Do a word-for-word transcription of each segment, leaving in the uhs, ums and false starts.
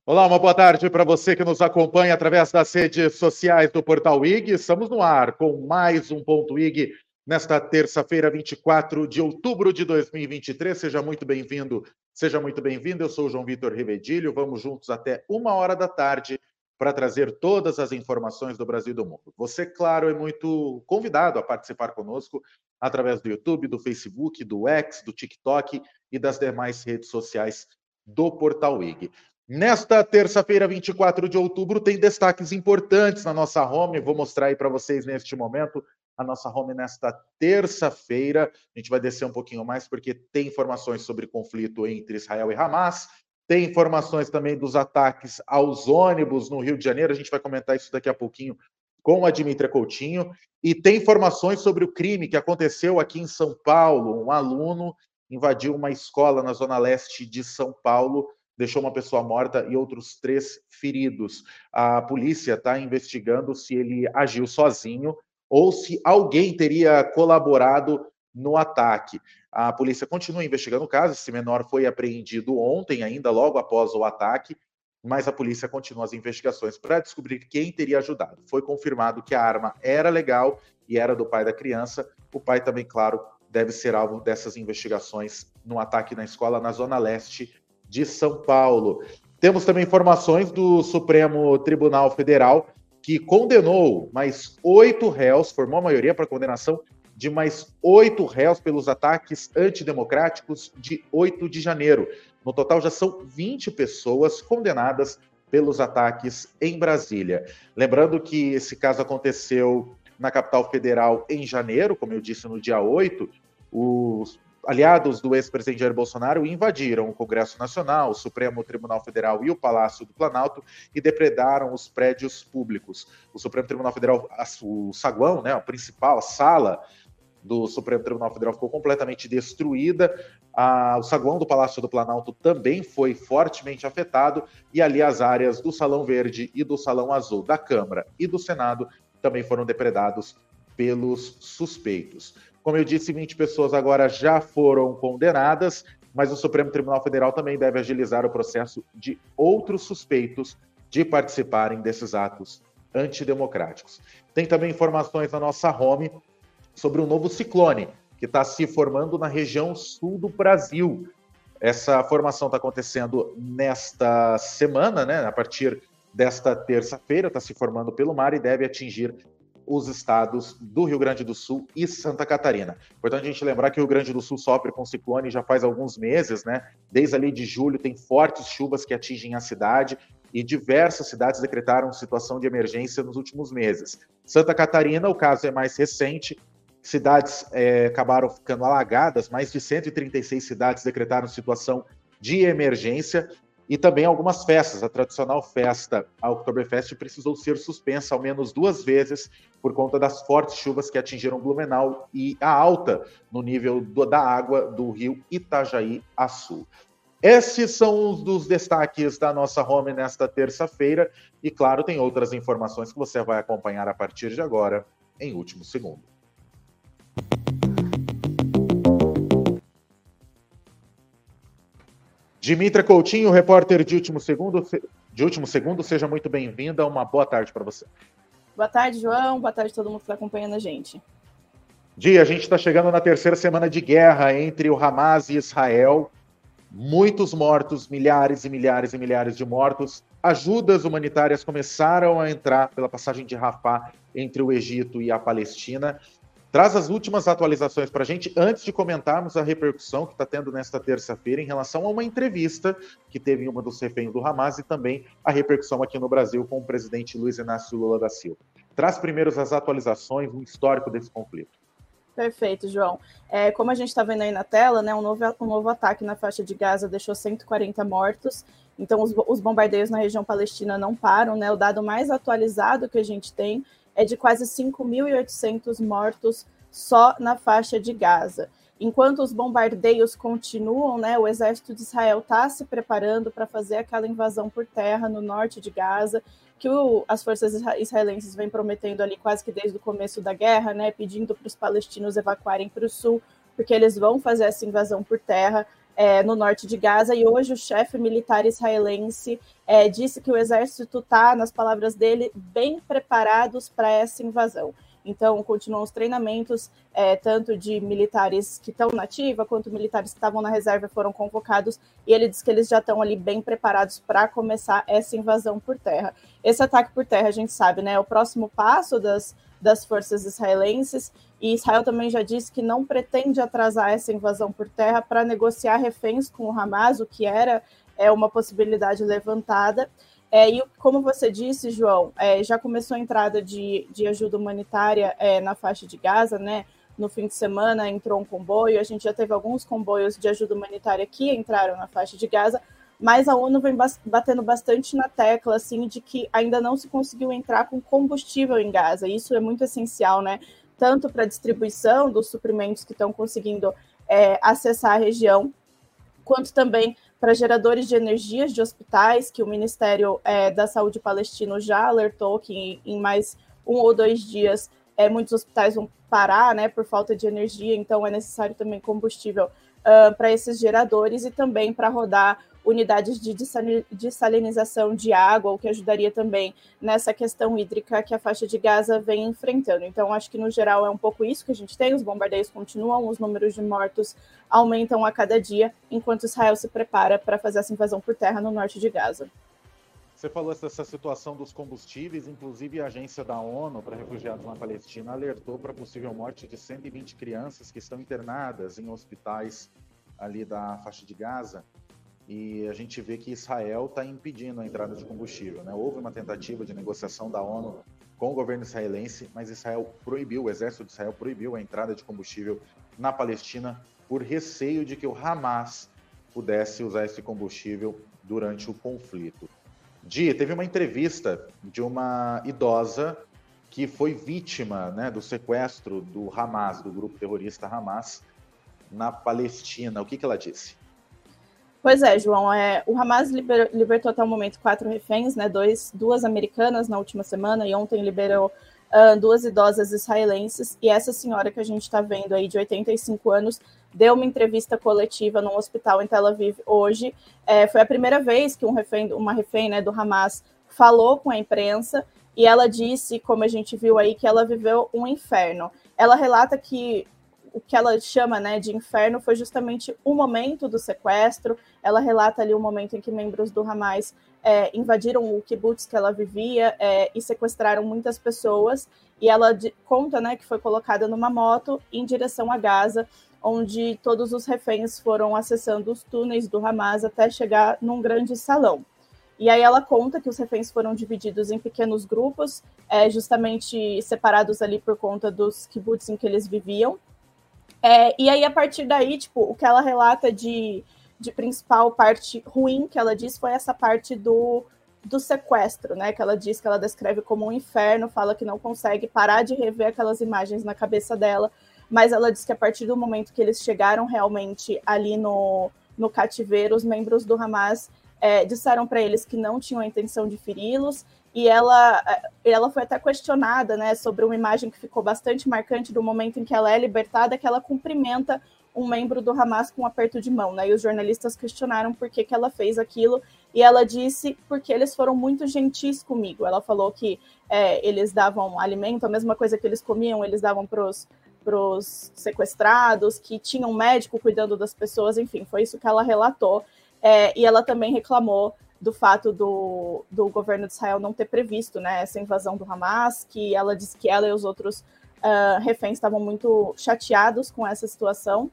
Olá, uma boa tarde para você que nos acompanha através das redes sociais do Portal I G. Estamos no ar com mais um Ponto I G nesta terça-feira, vinte e quatro de outubro de dois mil e vinte e três. Seja muito bem-vindo, seja muito bem-vindo. Eu sou o João Vitor Rivedilho. Vamos juntos até uma hora da tarde para trazer todas as informações do Brasil e do mundo. Você, claro, é muito convidado a participar conosco através do YouTube, do Facebook, do X, do TikTok e das demais redes sociais do Portal I G. Nesta terça-feira, vinte e quatro de outubro, tem destaques importantes na nossa home. Vou mostrar aí para vocês neste momento a nossa home nesta terça-feira. A gente vai descer um pouquinho mais porque tem informações sobre conflito entre Israel e Hamas, tem informações também dos ataques aos ônibus no Rio de Janeiro. A gente vai comentar isso daqui a pouquinho com a Dimitra Coutinho. E tem informações sobre o crime que aconteceu aqui em São Paulo. Um aluno invadiu uma escola na zona leste de São Paulo, deixou uma pessoa morta e outros três feridos. A polícia está investigando se ele agiu sozinho ou se alguém teria colaborado no ataque. A polícia continua investigando o caso. Esse menor foi apreendido ontem, ainda logo após o ataque, mas a polícia continua as investigações para descobrir quem teria ajudado. Foi confirmado que a arma era legal e era do pai da criança. O pai também, claro, deve ser alvo dessas investigações no ataque na escola na zona leste de São Paulo. Temos também informações do Supremo Tribunal Federal, que condenou mais oito réus, formou a maioria para a condenação de mais oito réus pelos ataques antidemocráticos de oito de janeiro. No total, já são vinte pessoas condenadas pelos ataques em Brasília. Lembrando que esse caso aconteceu na capital federal em janeiro, como eu disse, no dia oito, os aliados do ex-presidente Jair Bolsonaro invadiram o Congresso Nacional, o Supremo Tribunal Federal e o Palácio do Planalto e depredaram os prédios públicos. O Supremo Tribunal Federal, o saguão, né, a principal sala do Supremo Tribunal Federal ficou completamente destruída. Ah, o saguão do Palácio do Planalto também foi fortemente afetado e ali as áreas do Salão Verde e do Salão Azul da Câmara e do Senado também foram depredados pelos suspeitos. Como eu disse, vinte pessoas agora já foram condenadas, mas o Supremo Tribunal Federal também deve agilizar o processo de outros suspeitos de participarem desses atos antidemocráticos. Tem também informações na nossa home sobre um novo ciclone que está se formando na região sul do Brasil. Essa formação está acontecendo nesta semana, né? A partir desta terça-feira, está se formando pelo mar e deve atingir os estados do Rio Grande do Sul e Santa Catarina. Importante a gente lembrar que o Rio Grande do Sul sofre com ciclone já faz alguns meses, né? Desde ali de julho tem fortes chuvas que atingem a cidade e diversas cidades decretaram situação de emergência nos últimos meses. Santa Catarina, o caso é mais recente, cidades é, acabaram ficando alagadas, mais de cento e trinta e seis cidades decretaram situação de emergência. E também algumas festas. A tradicional festa, a Oktoberfest, precisou ser suspensa ao menos duas vezes por conta das fortes chuvas que atingiram Blumenau e a alta no nível do, da água do rio Itajaí-Açu. Esses são os dos destaques da nossa home nesta terça-feira. E, claro, tem outras informações que você vai acompanhar a partir de agora, em último segundo. Dimitra Coutinho, repórter de último segundo, de último segundo, seja muito bem-vinda, uma boa tarde para você. Boa tarde, João, boa tarde a todo mundo que está acompanhando a gente. Dia, a gente está chegando na terceira semana de guerra entre o Hamas e Israel, muitos mortos, milhares e milhares e milhares de mortos. Ajudas humanitárias começaram a entrar pela passagem de Rafah entre o Egito e a Palestina. Traz as últimas atualizações para a gente, antes de comentarmos a repercussão que está tendo nesta terça-feira em relação a uma entrevista que teve em uma dos reféns do Hamas e também a repercussão aqui no Brasil com o presidente Luiz Inácio Lula da Silva. Traz primeiro as atualizações, um histórico desse conflito. Perfeito, João. É, como a gente está vendo aí na tela, né, um, novo, um novo ataque na faixa de Gaza deixou cento e quarenta mortos, então os, os bombardeios na região palestina não param, né? O dado mais atualizado que a gente tem é de quase cinco mil e oitocentos mortos só na faixa de Gaza. Enquanto os bombardeios continuam, né, o exército de Israel está se preparando para fazer aquela invasão por terra no norte de Gaza, que o, as forças israelenses vêm prometendo ali quase que desde o começo da guerra, né, pedindo para os palestinos evacuarem para o sul, porque eles vão fazer essa invasão por terra. é, no norte de Gaza, e hoje o chefe militar israelense é, disse que o exército está, nas palavras dele, bem preparados para essa invasão. Então, continuam os treinamentos, é, tanto de militares que estão na ativa, quanto militares que estavam na reserva foram convocados, e ele diz que eles já estão ali bem preparados para começar essa invasão por terra. Esse ataque por terra, a gente sabe, né, é o próximo passo das, das forças israelenses, e Israel também já disse que não pretende atrasar essa invasão por terra para negociar reféns com o Hamas, o que era é, uma possibilidade levantada. É, e como você disse, João, é, já começou a entrada de, de ajuda humanitária é, na faixa de Gaza, né? No fim de semana entrou um comboio, a gente já teve alguns comboios de ajuda humanitária que entraram na faixa de Gaza, mas a ONU vem batendo bastante na tecla, assim, de que ainda não se conseguiu entrar com combustível em Gaza. Isso é muito essencial, né? Tanto para a distribuição dos suprimentos que estão conseguindo é, acessar a região, quanto também para geradores de energias de hospitais, que o Ministério é, da Saúde palestino já alertou que em, em mais um ou dois dias é, muitos hospitais vão parar, né, por falta de energia, então é necessário também combustível uh, para esses geradores e também para rodar unidades de dessalinização de água, o que ajudaria também nessa questão hídrica que a faixa de Gaza vem enfrentando. Então, acho que, no geral, é um pouco isso que a gente tem, os bombardeios continuam, os números de mortos aumentam a cada dia, enquanto Israel se prepara para fazer essa invasão por terra no norte de Gaza. Você falou dessa situação dos combustíveis, inclusive a agência da ONU para refugiados na Palestina alertou para a possível morte de cento e vinte crianças que estão internadas em hospitais ali da faixa de Gaza. E a gente vê que Israel está impedindo a entrada de combustível, né? Houve uma tentativa de negociação da ONU com o governo israelense, mas Israel proibiu, o exército de Israel proibiu a entrada de combustível na Palestina por receio de que o Hamas pudesse usar esse combustível durante o conflito. Di, teve uma entrevista de uma idosa que foi vítima, né, do sequestro do Hamas, do grupo terrorista Hamas, na Palestina. O que, que ela disse? Pois é, João, é, o Hamas liber, libertou até o momento quatro reféns, né, dois, duas americanas na última semana, e ontem liberou uh, duas idosas israelenses, e essa senhora que a gente está vendo aí, de oitenta e cinco anos, deu uma entrevista coletiva num hospital em Tel Aviv hoje. É, foi a primeira vez que um refém, uma refém, né, do Hamas falou com a imprensa, e ela disse, como a gente viu aí, que ela viveu um inferno. Ela relata que o que ela chama, né, de inferno foi justamente o momento do sequestro. Ela relata ali o momento em que membros do Hamas é, invadiram o kibbutz que ela vivia é, e sequestraram muitas pessoas. E ela de, conta, né, que foi colocada numa moto em direção a Gaza, onde todos os reféns foram acessando os túneis do Hamas até chegar num grande salão. E aí ela conta que os reféns foram divididos em pequenos grupos, é, justamente separados ali por conta dos kibbutz em que eles viviam. É, e aí, a partir daí, tipo, o que ela relata de, de principal parte ruim que ela diz foi essa parte do, do sequestro, né? Que ela diz que ela descreve como um inferno, fala que não consegue parar de rever aquelas imagens na cabeça dela, mas ela diz que a partir do momento que eles chegaram realmente ali no, no cativeiro, os membros do Hamas é, disseram para eles que não tinham a intenção de feri-los, e ela, ela foi até questionada, né, sobre uma imagem que ficou bastante marcante do momento em que ela é libertada, que ela cumprimenta um membro do Hamas com um aperto de mão, né, e os jornalistas questionaram por que, que ela fez aquilo, e ela disse porque eles foram muito gentis comigo. Ela falou que é, eles davam alimento, a mesma coisa que eles comiam, eles davam para os sequestrados, que tinham um médico cuidando das pessoas, enfim, foi isso que ela relatou, é, e ela também reclamou do fato do, do governo de Israel não ter previsto, né, essa invasão do Hamas, que ela disse que ela e os outros uh, reféns estavam muito chateados com essa situação.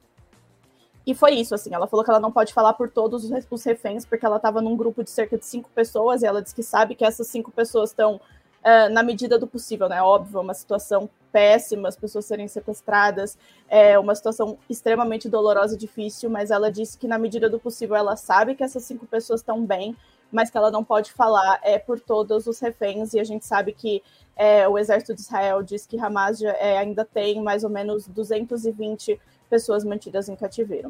E foi isso, assim, ela falou que ela não pode falar por todos os reféns, porque ela estava num grupo de cerca de cinco pessoas, e ela disse que sabe que essas cinco pessoas estão uh, na medida do possível, né, óbvio, uma situação péssima, as pessoas serem sequestradas, é uma situação extremamente dolorosa e difícil, mas ela disse que na medida do possível ela sabe que essas cinco pessoas estão bem, mas que ela não pode falar é, por todos os reféns, e a gente sabe que é, o exército de Israel diz que Hamas já, é, ainda tem mais ou menos duzentas e vinte pessoas mantidas em cativeiro.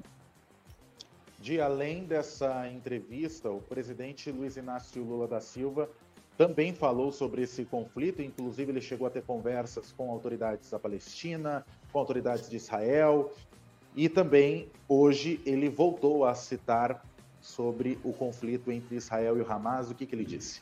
De além dessa entrevista, o presidente Luiz Inácio Lula da Silva também falou sobre esse conflito, inclusive ele chegou a ter conversas com autoridades da Palestina, com autoridades de Israel. E também, hoje, ele voltou a citar sobre o conflito entre Israel e o Hamas. O que, que ele disse?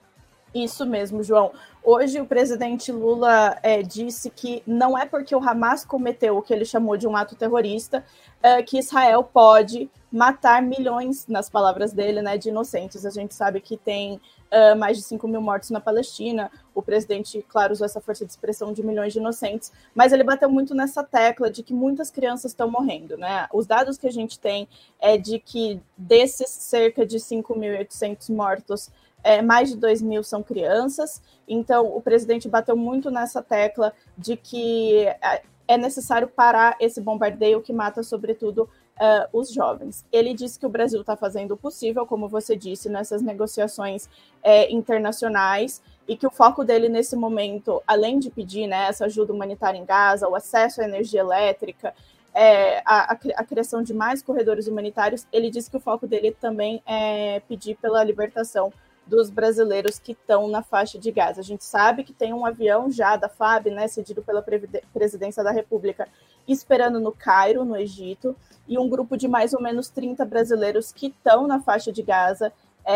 Isso mesmo, João. Hoje o presidente Lula é, disse que não é porque o Hamas cometeu o que ele chamou de um ato terrorista é, que Israel pode matar milhões, nas palavras dele, né, de inocentes. A gente sabe que tem uh, mais de cinco mil mortos na Palestina. O presidente, claro, usou essa força de expressão de milhões de inocentes, mas ele bateu muito nessa tecla de que muitas crianças estão morrendo, né? Os dados que a gente tem é de que desses cerca de cinco mil e oitocentos mortos, É, mais de dois mil são crianças, então o presidente bateu muito nessa tecla de que é necessário parar esse bombardeio que mata, sobretudo, uh, os jovens. Ele disse que o Brasil está fazendo o possível, como você disse, nessas negociações é, internacionais, e que o foco dele nesse momento, além de pedir, né, essa ajuda humanitária em Gaza, o acesso à energia elétrica, é, a, a criação de mais corredores humanitários, ele disse que o foco dele também é pedir pela libertação dos brasileiros que estão na faixa de Gaza. A gente sabe que tem um avião já da F A B, né, cedido pela Presidência da República, esperando no Cairo, no Egito, e um grupo de mais ou menos trinta brasileiros que estão na faixa de Gaza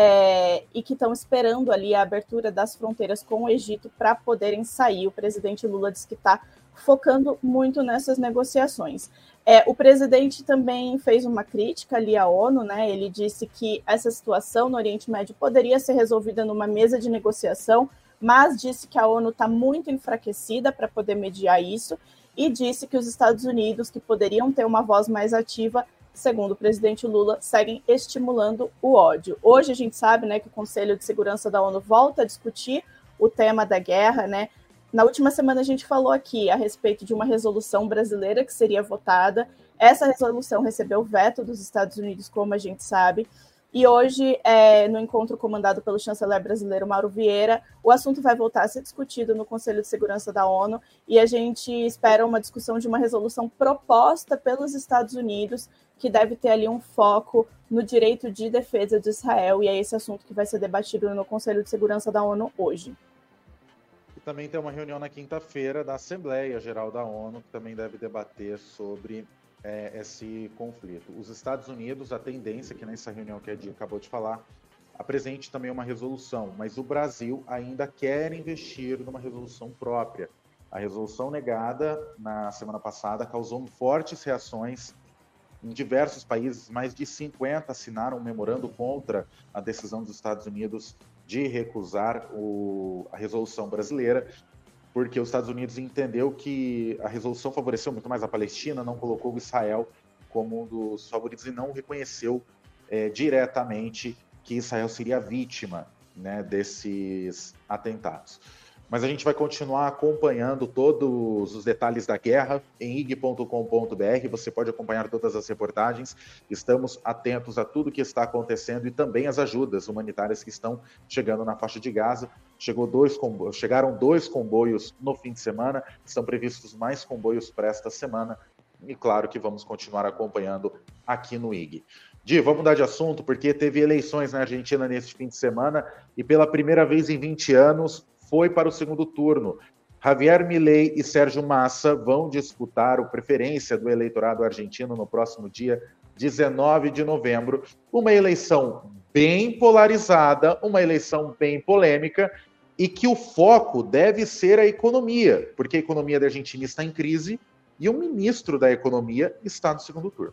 é, e que estão esperando ali a abertura das fronteiras com o Egito para poderem sair. O presidente Lula disse que está focando muito nessas negociações. É, o presidente também fez uma crítica ali à ONU, né? Ele disse que essa situação no Oriente Médio poderia ser resolvida numa mesa de negociação, mas disse que a ONU está muito enfraquecida para poder mediar isso, e disse que os Estados Unidos, que poderiam ter uma voz mais ativa, segundo o presidente Lula, seguem estimulando o ódio. Hoje a gente sabe, né, que o Conselho de Segurança da ONU volta a discutir o tema da guerra, né? Na última semana a gente falou aqui a respeito de uma resolução brasileira que seria votada. Essa resolução recebeu veto dos Estados Unidos, como a gente sabe. E hoje, é, no encontro comandado pelo chanceler brasileiro Mauro Vieira, o assunto vai voltar a ser discutido no Conselho de Segurança da ONU, e a gente espera uma discussão de uma resolução proposta pelos Estados Unidos, que deve ter ali um foco no direito de defesa de Israel, e é esse assunto que vai ser debatido no Conselho de Segurança da ONU hoje. E também tem uma reunião na quinta-feira da Assembleia Geral da ONU, que também deve debater sobre é, esse conflito. Os Estados Unidos, a tendência, que nessa reunião que a Di acabou de falar, apresente também uma resolução, mas o Brasil ainda quer investir numa resolução própria. A resolução negada na semana passada causou fortes reações em diversos países. Mais de cinquenta assinaram um memorando contra a decisão dos Estados Unidos de recusar o, a resolução brasileira, porque os Estados Unidos entendeu que a resolução favoreceu muito mais a Palestina, não colocou o Israel como um dos favoritos e não reconheceu é, diretamente que Israel seria vítima, né, desses atentados. Mas a gente vai continuar acompanhando todos os detalhes da guerra em i g ponto com ponto b r. Você pode acompanhar todas as reportagens. Estamos atentos a tudo que está acontecendo e também as ajudas humanitárias que estão chegando na faixa de Gaza. Chegou dois combo... Chegaram dois comboios no fim de semana. Estão previstos mais comboios para esta semana. E claro que vamos continuar acompanhando aqui no I G. Di, vamos mudar de assunto, porque teve eleições na Argentina neste fim de semana e pela primeira vez em vinte anos foi para o segundo turno. Javier Milei e Sérgio Massa vão disputar o preferência do eleitorado argentino no próximo dia dezenove de novembro. Uma eleição bem polarizada, uma eleição bem polêmica, e que o foco deve ser a economia, porque a economia da Argentina está em crise e o ministro da Economia está no segundo turno.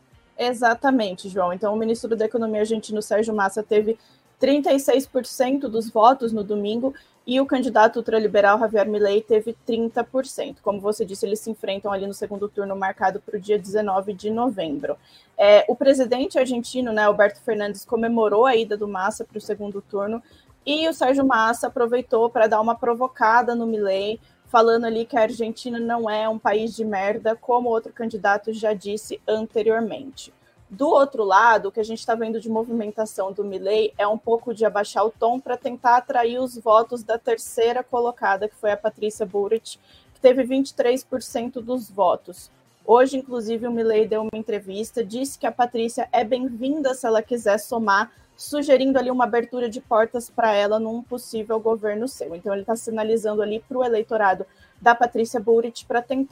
Exatamente, João. Então, o ministro da Economia argentino, Sérgio Massa, teve trinta e seis por cento dos votos no domingo, e o candidato ultraliberal Javier Milei teve trinta por cento. Como você disse, eles se enfrentam ali no segundo turno marcado para o dia dezenove de novembro. É, o presidente argentino, né, Alberto Fernandes, comemorou a ida do Massa para o segundo turno, e o Sérgio Massa aproveitou para dar uma provocada no Milei, falando ali que a Argentina não é um país de merda, como outro candidato já disse anteriormente. Do outro lado, o que a gente está vendo de movimentação do Milei é um pouco de abaixar o tom para tentar atrair os votos da terceira colocada, que foi a Patrícia Bullrich, que teve vinte e três por cento dos votos. Hoje, inclusive, o Milei deu uma entrevista, disse que a Patrícia é bem-vinda se ela quiser somar, sugerindo ali uma abertura de portas para ela num possível governo seu. Então, ele está sinalizando ali para o eleitorado da Patrícia Bullrich para tentar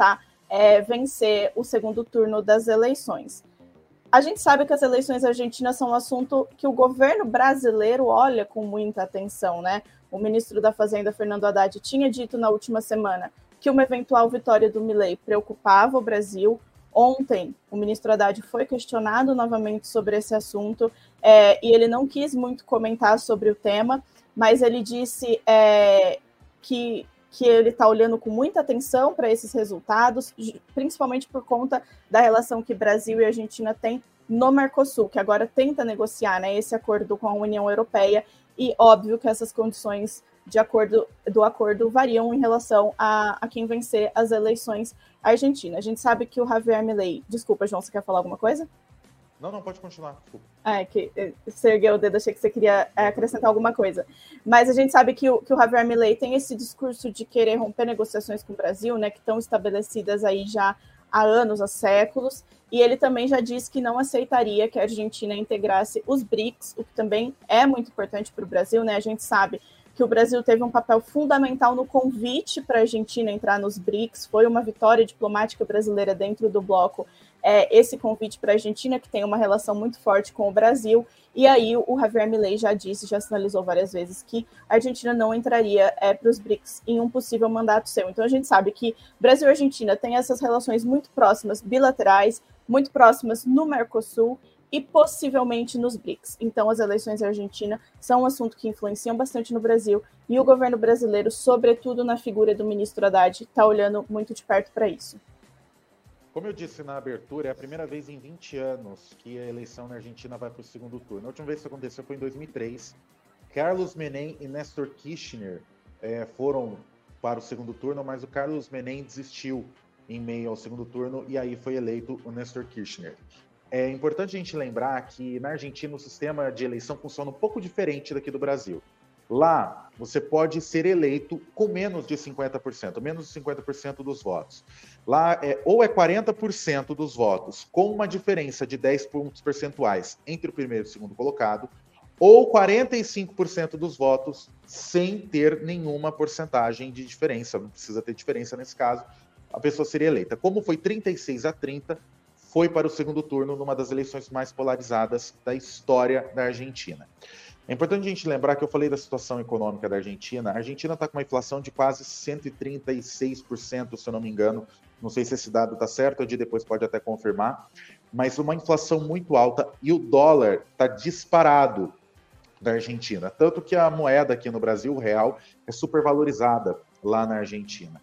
é, vencer o segundo turno das eleições. A gente sabe que as eleições argentinas são um assunto que o governo brasileiro olha com muita atenção, né? O ministro da Fazenda, Fernando Haddad, tinha dito na última semana que uma eventual vitória do Milei preocupava o Brasil. Ontem, o ministro Haddad foi questionado novamente sobre esse assunto é, e ele não quis muito comentar sobre o tema, mas ele disse é, que, que ele está olhando com muita atenção para esses resultados, principalmente por conta da relação que Brasil e Argentina têm no Mercosul, que agora tenta negociar, né, esse acordo com a União Europeia, e óbvio que essas condições de acordo, do acordo variam em relação a, a quem vencer as eleições argentinas. A gente sabe que o Javier Milei... Desculpa, João, você quer falar alguma coisa? Não, não, pode continuar. Desculpa. Ah, é que você ergueu o dedo, achei que você queria acrescentar alguma coisa. Mas a gente sabe que o, que o Javier Milei tem esse discurso de querer romper negociações com o Brasil, né, que estão estabelecidas aí já há anos, há séculos, e ele também já disse que não aceitaria que a Argentina integrasse os BRICS, o que também é muito importante para o Brasil, né? A gente sabe que o Brasil teve um papel fundamental no convite para a Argentina entrar nos BRICS, foi uma vitória diplomática brasileira dentro do bloco, é, esse convite para a Argentina, que tem uma relação muito forte com o Brasil, e aí o Javier Milei já disse, já sinalizou várias vezes que a Argentina não entraria é, para os BRICS em um possível mandato seu. Então a gente sabe que Brasil e Argentina têm essas relações muito próximas, bilaterais, muito próximas no Mercosul, e possivelmente nos BRICS. Então, as eleições da Argentina são um assunto que influenciam bastante no Brasil, e o governo brasileiro, sobretudo na figura do ministro Haddad, está olhando muito de perto para isso. Como eu disse na abertura, é a primeira vez em vinte anos que a eleição na Argentina vai para o segundo turno. A última vez que isso aconteceu foi em dois mil e três. Carlos Menem e Néstor Kirchner é, foram para o segundo turno, mas o Carlos Menem desistiu em meio ao segundo turno, e aí foi eleito o Néstor Kirchner. É importante a gente lembrar que na Argentina o sistema de eleição funciona um pouco diferente daqui do Brasil. Lá, você pode ser eleito com menos de cinquenta por cento, menos de cinquenta por cento dos votos. Lá, é, ou é quarenta por cento dos votos, com uma diferença de dez pontos percentuais entre o primeiro e o segundo colocado, ou quarenta e cinco por cento dos votos sem ter nenhuma porcentagem de diferença. Não precisa ter diferença nesse caso, a pessoa seria eleita. Como foi trinta e seis a trinta, foi para o segundo turno numa das eleições mais polarizadas da história da Argentina. É importante a gente lembrar que eu falei da situação econômica da Argentina. A Argentina está com uma inflação de quase cento e trinta e seis por cento, se eu não me engano. Não sei se esse dado está certo, a Di depois pode até confirmar. Mas uma inflação muito alta, e o dólar está disparado da Argentina. Tanto que a moeda aqui no Brasil, o real, é supervalorizada lá na Argentina.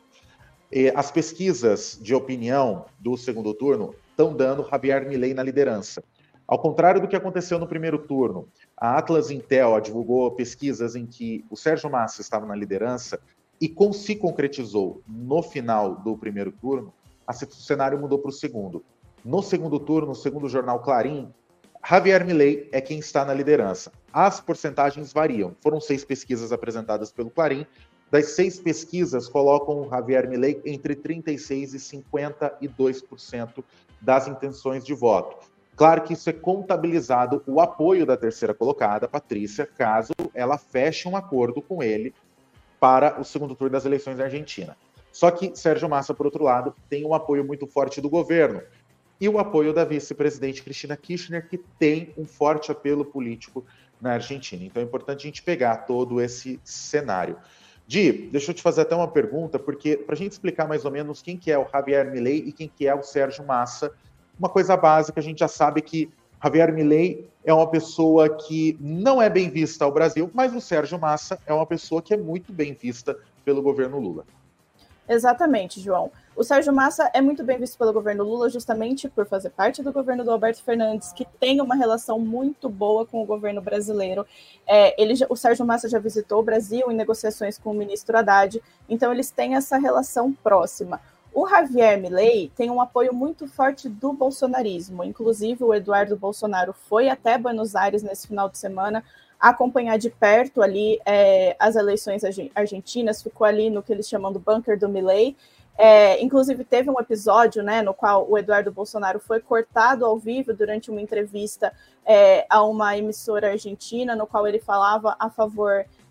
E as pesquisas de opinião do segundo turno estão dando Javier Milei na liderança. Ao contrário do que aconteceu no primeiro turno, a Atlas Intel divulgou pesquisas em que o Sérgio Massa estava na liderança e com, se concretizou no final do primeiro turno, o cenário mudou para o segundo. No segundo turno, segundo o jornal Clarim, Javier Milei é quem está na liderança. As porcentagens variam. Foram seis pesquisas apresentadas pelo Clarim. Das seis pesquisas, colocam o Javier Milei entre trinta e seis por cento e cinquenta e dois por cento das intenções de voto. Claro que isso é contabilizado o apoio da terceira colocada, Patrícia, caso ela feche um acordo com ele para o segundo turno das eleições da Argentina. Só que Sérgio Massa, por outro lado, tem um apoio muito forte do governo e o apoio da vice-presidente Cristina Kirchner, que tem um forte apelo político na Argentina. Então é importante a gente pegar todo esse cenário. Di, deixa eu te fazer até uma pergunta, porque para a gente explicar mais ou menos quem que é o Javier Milei e quem que é o Sérgio Massa, uma coisa básica, a gente já sabe que Javier Milei é uma pessoa que não é bem vista ao Brasil, mas o Sérgio Massa é uma pessoa que é muito bem vista pelo governo Lula. Exatamente, João. O Sérgio Massa é muito bem visto pelo governo Lula justamente por fazer parte do governo do Alberto Fernandes, que tem uma relação muito boa com o governo brasileiro. É, ele, o Sérgio Massa já visitou o Brasil em negociações com o ministro Haddad, então eles têm essa relação próxima. O Javier Milei tem um apoio muito forte do bolsonarismo, inclusive o Eduardo Bolsonaro foi até Buenos Aires nesse final de semana acompanhar de perto ali é, as eleições argentinas, ficou ali no que eles chamam do bunker do Milei. É, inclusive teve um episódio, né, no qual o Eduardo Bolsonaro foi cortado ao vivo durante uma entrevista é, a uma emissora argentina, no qual ele falava a favor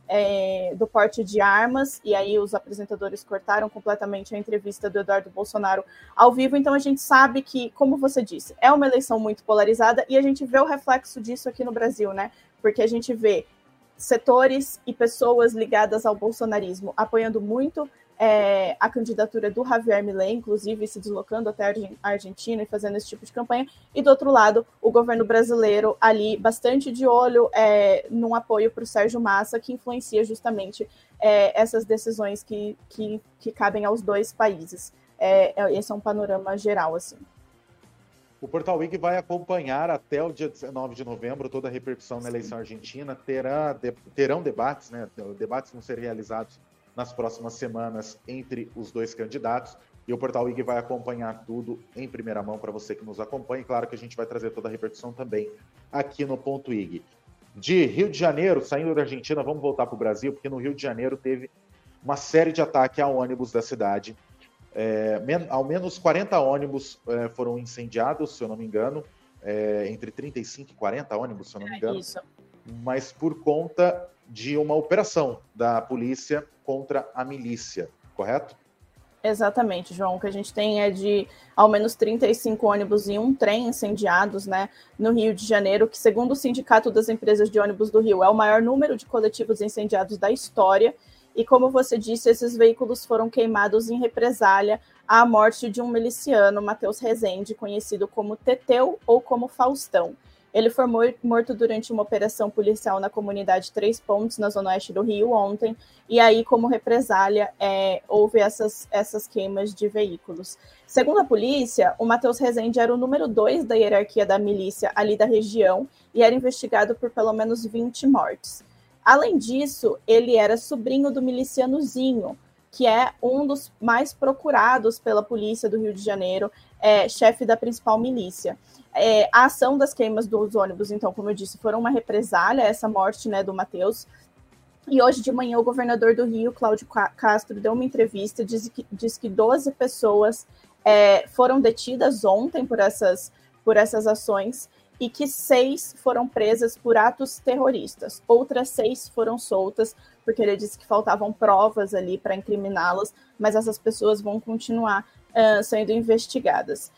é, do porte de armas, e aí os apresentadores cortaram completamente a entrevista do Eduardo Bolsonaro ao vivo. Então a gente sabe que, como você disse, é uma eleição muito polarizada, e a gente vê o reflexo disso aqui no Brasil, né? Porque a gente vê setores e pessoas ligadas ao bolsonarismo apoiando muito é, a candidatura do Javier Milei, inclusive se deslocando até a Argentina e fazendo esse tipo de campanha, e do outro lado, o governo brasileiro ali bastante de olho é, num apoio para o Sérgio Massa, que influencia justamente é, essas decisões que, que, que cabem aos dois países. É, esse é um panorama geral, assim. O Portal Week vai acompanhar até o dia dezenove de novembro toda a repercussão na eleição argentina. Terá, de, terão debates, né? Debates vão ser realizados nas próximas semanas entre os dois candidatos. E o Portal Week vai acompanhar tudo em primeira mão para você que nos acompanha. E claro que a gente vai trazer toda a repercussão também aqui no Ponto I G. De Rio de Janeiro, saindo da Argentina, vamos voltar para o Brasil, porque no Rio de Janeiro teve uma série de ataques a ônibus da cidade. É, men- ao menos quarenta ônibus é, foram incendiados, se eu não me engano, é, entre trinta e cinco e quarenta ônibus, se eu não me engano, Isso. mas por conta de uma operação da polícia contra a milícia, correto? Exatamente, João. O que a gente tem é de ao menos trinta e cinco ônibus e um trem incendiados, né, no Rio de Janeiro, que, segundo o Sindicato das Empresas de Ônibus do Rio, é o maior número de coletivos incendiados da história. E, como você disse, esses veículos foram queimados em represália à morte de um miliciano, Matheus Rezende, conhecido como Teteu ou como Faustão. Ele foi morto durante uma operação policial na comunidade Três Pontos, na zona oeste do Rio, ontem, e aí, como represália, é, houve essas, essas queimas de veículos. Segundo a polícia, o Matheus Rezende era o número dois da hierarquia da milícia ali da região e era investigado por pelo menos vinte mortes. Além disso, ele era sobrinho do miliciano Zinho, que é um dos mais procurados pela polícia do Rio de Janeiro, é, chefe da principal milícia. É, a ação das queimas dos ônibus, então, como eu disse, foram uma represália a essa morte, né, do Matheus. E hoje de manhã o governador do Rio, Cláudio Castro, deu uma entrevista, diz que, diz que doze pessoas é, foram detidas ontem por essas, por essas ações, e que seis foram presas por atos terroristas. Outras seis foram soltas, porque ele disse que faltavam provas ali para incriminá-las, mas essas pessoas vão continuar uh, sendo investigadas.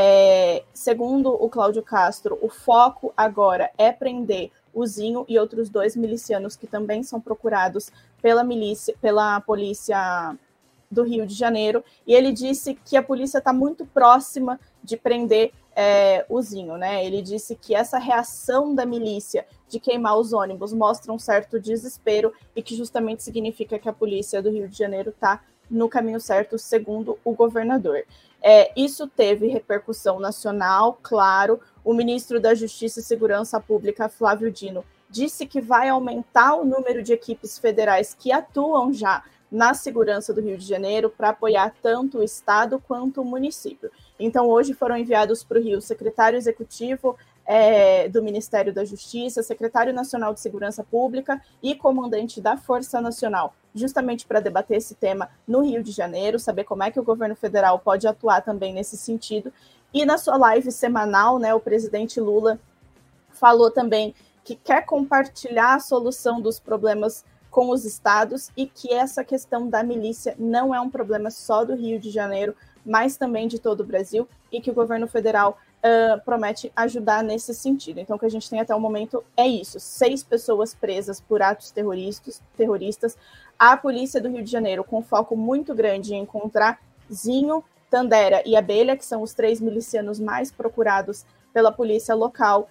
É, segundo o Cláudio Castro, o foco agora é prender o Zinho e outros dois milicianos que também são procurados pela milícia, pela polícia do Rio de Janeiro, e ele disse que a polícia está muito próxima de prender é, o Zinho, né? Ele disse que essa reação da milícia de queimar os ônibus mostra um certo desespero e que justamente significa que a polícia do Rio de Janeiro está no caminho certo, segundo o governador. É, isso teve repercussão nacional, claro. O ministro da Justiça e Segurança Pública, Flávio Dino, disse que vai aumentar o número de equipes federais que atuam já na segurança do Rio de Janeiro para apoiar tanto o Estado quanto o município. Então, hoje foram enviados para o Rio o secretário executivo é, do Ministério da Justiça, secretário nacional de Segurança Pública e comandante da Força Nacional, justamente para debater esse tema no Rio de Janeiro, saber como é que o governo federal pode atuar também nesse sentido. E na sua live semanal, né, o presidente Lula falou também que quer compartilhar a solução dos problemas com os estados e que essa questão da milícia não é um problema só do Rio de Janeiro, mas também de todo o Brasil, e que o governo federal uh, promete ajudar nesse sentido. Então, o que a gente tem até o momento é isso: seis pessoas presas por atos terroristas, terroristas. A polícia do Rio de Janeiro, com foco muito grande em encontrar Zinho, Tandera e Abelha, que são os três milicianos mais procurados pela polícia local.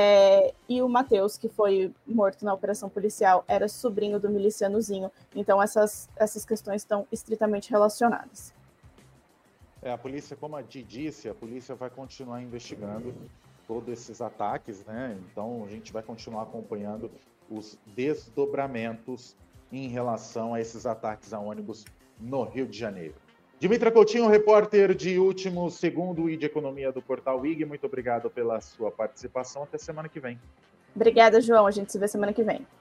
É, e o Matheus, que foi morto na operação policial, era sobrinho do milicianozinho. Então, essas, essas questões estão estritamente relacionadas. É, a polícia, como a Di disse, a polícia vai continuar investigando todos esses ataques, né? Então, a gente vai continuar acompanhando os desdobramentos em relação a esses ataques a ônibus no Rio de Janeiro. Dimitra Coutinho, repórter de último segundo e de economia do Portal I G, muito obrigado pela sua participação. Até semana que vem. Obrigada, João. A gente se vê semana que vem.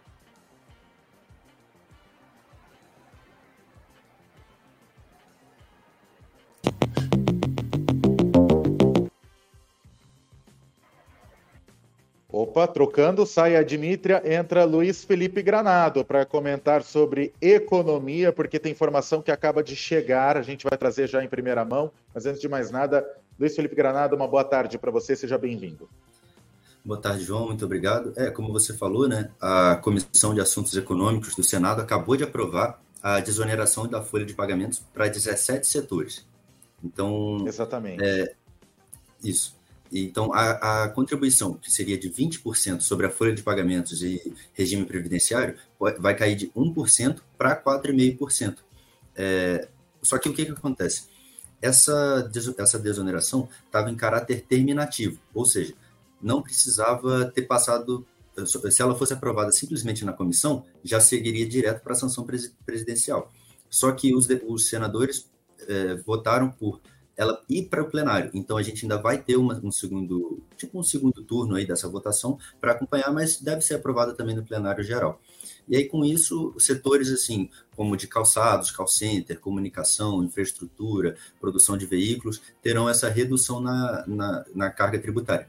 Opa. Opa, trocando, sai a Dmítria, entra Luiz Felipe Granado para comentar sobre economia, porque tem informação que acaba de chegar, a gente vai trazer já em primeira mão. Mas antes de mais nada, Luiz Felipe Granado, uma boa tarde para você, seja bem-vindo. Boa tarde, João, muito obrigado. É, como você falou, né, a Comissão de Assuntos Econômicos do Senado acabou de aprovar a desoneração da folha de pagamentos para dezessete setores. Então, exatamente. É, isso. Então, a, a contribuição, que seria de vinte por cento sobre a folha de pagamentos e regime previdenciário, vai cair de um por cento para quatro vírgula cinco por cento. É, só que o que, que acontece? Essa, essa desoneração estava em caráter terminativo, ou seja, não precisava ter passado, se ela fosse aprovada simplesmente na comissão, já seguiria direto para a sanção presidencial. Só que os, os senadores é, votaram por ela ir para o plenário, então a gente ainda vai ter uma, um segundo, tipo um segundo turno aí dessa votação para acompanhar, mas deve ser aprovada também no plenário geral. E aí, com isso, setores assim, como de calçados, call center, comunicação, infraestrutura, produção de veículos, terão essa redução na, na, na carga tributária.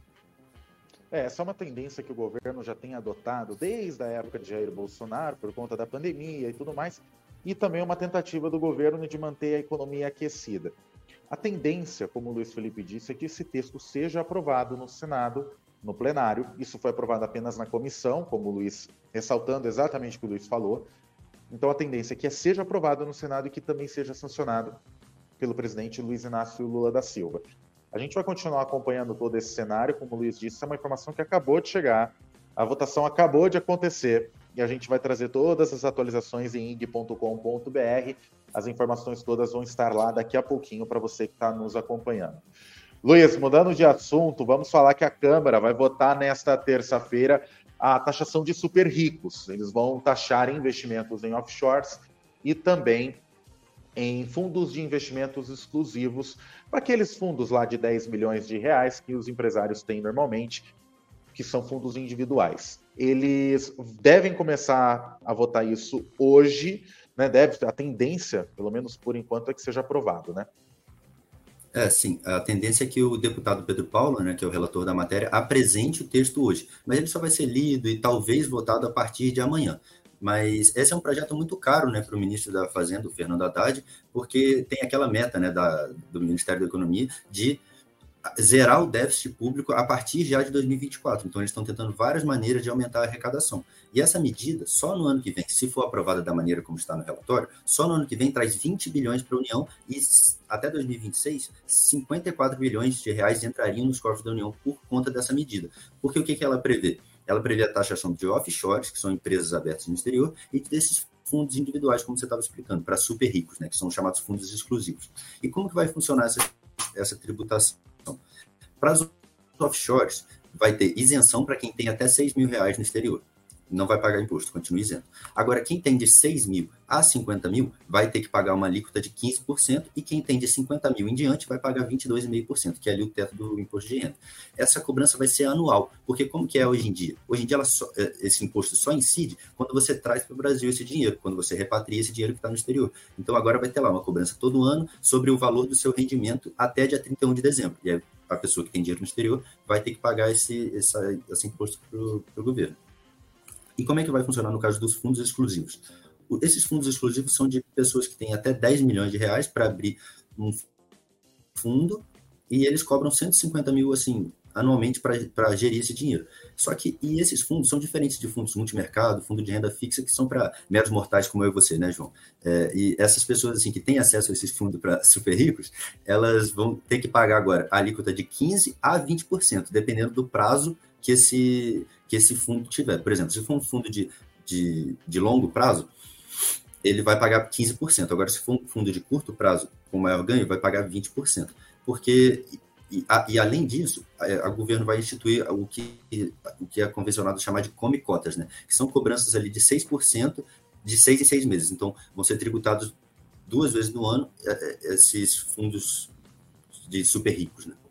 É, essa é uma tendência que o governo já tem adotado desde a época de Jair Bolsonaro, por conta da pandemia e tudo mais, e também uma tentativa do governo de manter a economia aquecida. A tendência, como o Luiz Felipe disse, é que esse texto seja aprovado no Senado, no plenário. Isso foi aprovado apenas na comissão, como o Luiz, ressaltando exatamente o que o Luiz falou. Então a tendência é que seja aprovado no Senado e que também seja sancionado pelo presidente Luiz Inácio Lula da Silva. A gente vai continuar acompanhando todo esse cenário, como o Luiz disse, é uma informação que acabou de chegar, a votação acabou de acontecer, e a gente vai trazer todas as atualizações em ig ponto com ponto br. As informações todas vão estar lá daqui a pouquinho para você que está nos acompanhando. Luiz, mudando de assunto, vamos falar que a Câmara vai votar nesta terça-feira a taxação de super ricos. Eles vão taxar investimentos em offshores e também em fundos de investimentos exclusivos, para aqueles fundos lá de dez milhões de reais que os empresários têm normalmente, que são fundos individuais. Eles devem começar a votar isso hoje, né? Deve, a tendência, pelo menos por enquanto, é que seja aprovado, né? É, sim. A tendência é que o deputado Pedro Paulo, né, que é o relator da matéria, apresente o texto hoje. Mas ele só vai ser lido e talvez votado a partir de amanhã. Mas esse é um projeto muito caro, né, para o ministro da Fazenda, o Fernando Haddad, porque tem aquela meta, né, da, do Ministério da Economia de zerar o déficit público a partir já de dois mil e vinte e quatro. Então, eles estão tentando várias maneiras de aumentar a arrecadação. E essa medida, só no ano que vem, se for aprovada da maneira como está no relatório, só no ano que vem traz vinte bilhões para a União e até dois mil e vinte e seis, cinquenta e quatro bilhões de reais entrariam nos cofres da União por conta dessa medida. Porque o que, que ela prevê? Ela prevê a taxação de offshores, que são empresas abertas no exterior, e desses fundos individuais, como você estava explicando, para super ricos, né, que são chamados fundos exclusivos. E como que vai funcionar essa, essa tributação? Para os offshores, vai ter isenção para quem tem até seis mil reais no exterior. Não vai pagar imposto, continua isento. Agora, quem tem de seis mil a cinquenta mil vai ter que pagar uma alíquota de quinze por cento e quem tem de cinquenta mil em diante vai pagar vinte e dois vírgula cinco por cento, que é ali o teto do imposto de renda. Essa cobrança vai ser anual, porque como que é hoje em dia? Hoje em dia ela só, esse imposto só incide quando você traz para o Brasil esse dinheiro, quando você repatria esse dinheiro que está no exterior. Então agora vai ter lá uma cobrança todo ano sobre o valor do seu rendimento até dia trinta e um de dezembro. E aí a pessoa que tem dinheiro no exterior vai ter que pagar esse, essa, esse imposto para o governo. E como é que vai funcionar no caso dos fundos exclusivos? Esses fundos exclusivos são de pessoas que têm até dez milhões de reais para abrir um fundo e eles cobram cento e cinquenta mil assim, anualmente para gerir esse dinheiro. Só que e esses fundos são diferentes de fundos multimercado, fundo de renda fixa, que são para meros mortais como eu e você, né, João? É, e essas pessoas assim, que têm acesso a esses fundos para super ricos, elas vão ter que pagar agora a alíquota de quinze por cento a vinte por cento, dependendo do prazo que esse, que esse fundo tiver. Por exemplo, se for um fundo de, de, de longo prazo, ele vai pagar quinze por cento. Agora, se for um fundo de curto prazo, com maior ganho, vai pagar vinte por cento. Porque, e, a, e além disso, o governo vai instituir o que, o que é convencionado chamar de come-cotas, né? Que são cobranças ali de seis por cento de seis em seis meses. Então, vão ser tributados duas vezes no ano esses fundos de super ricos, né?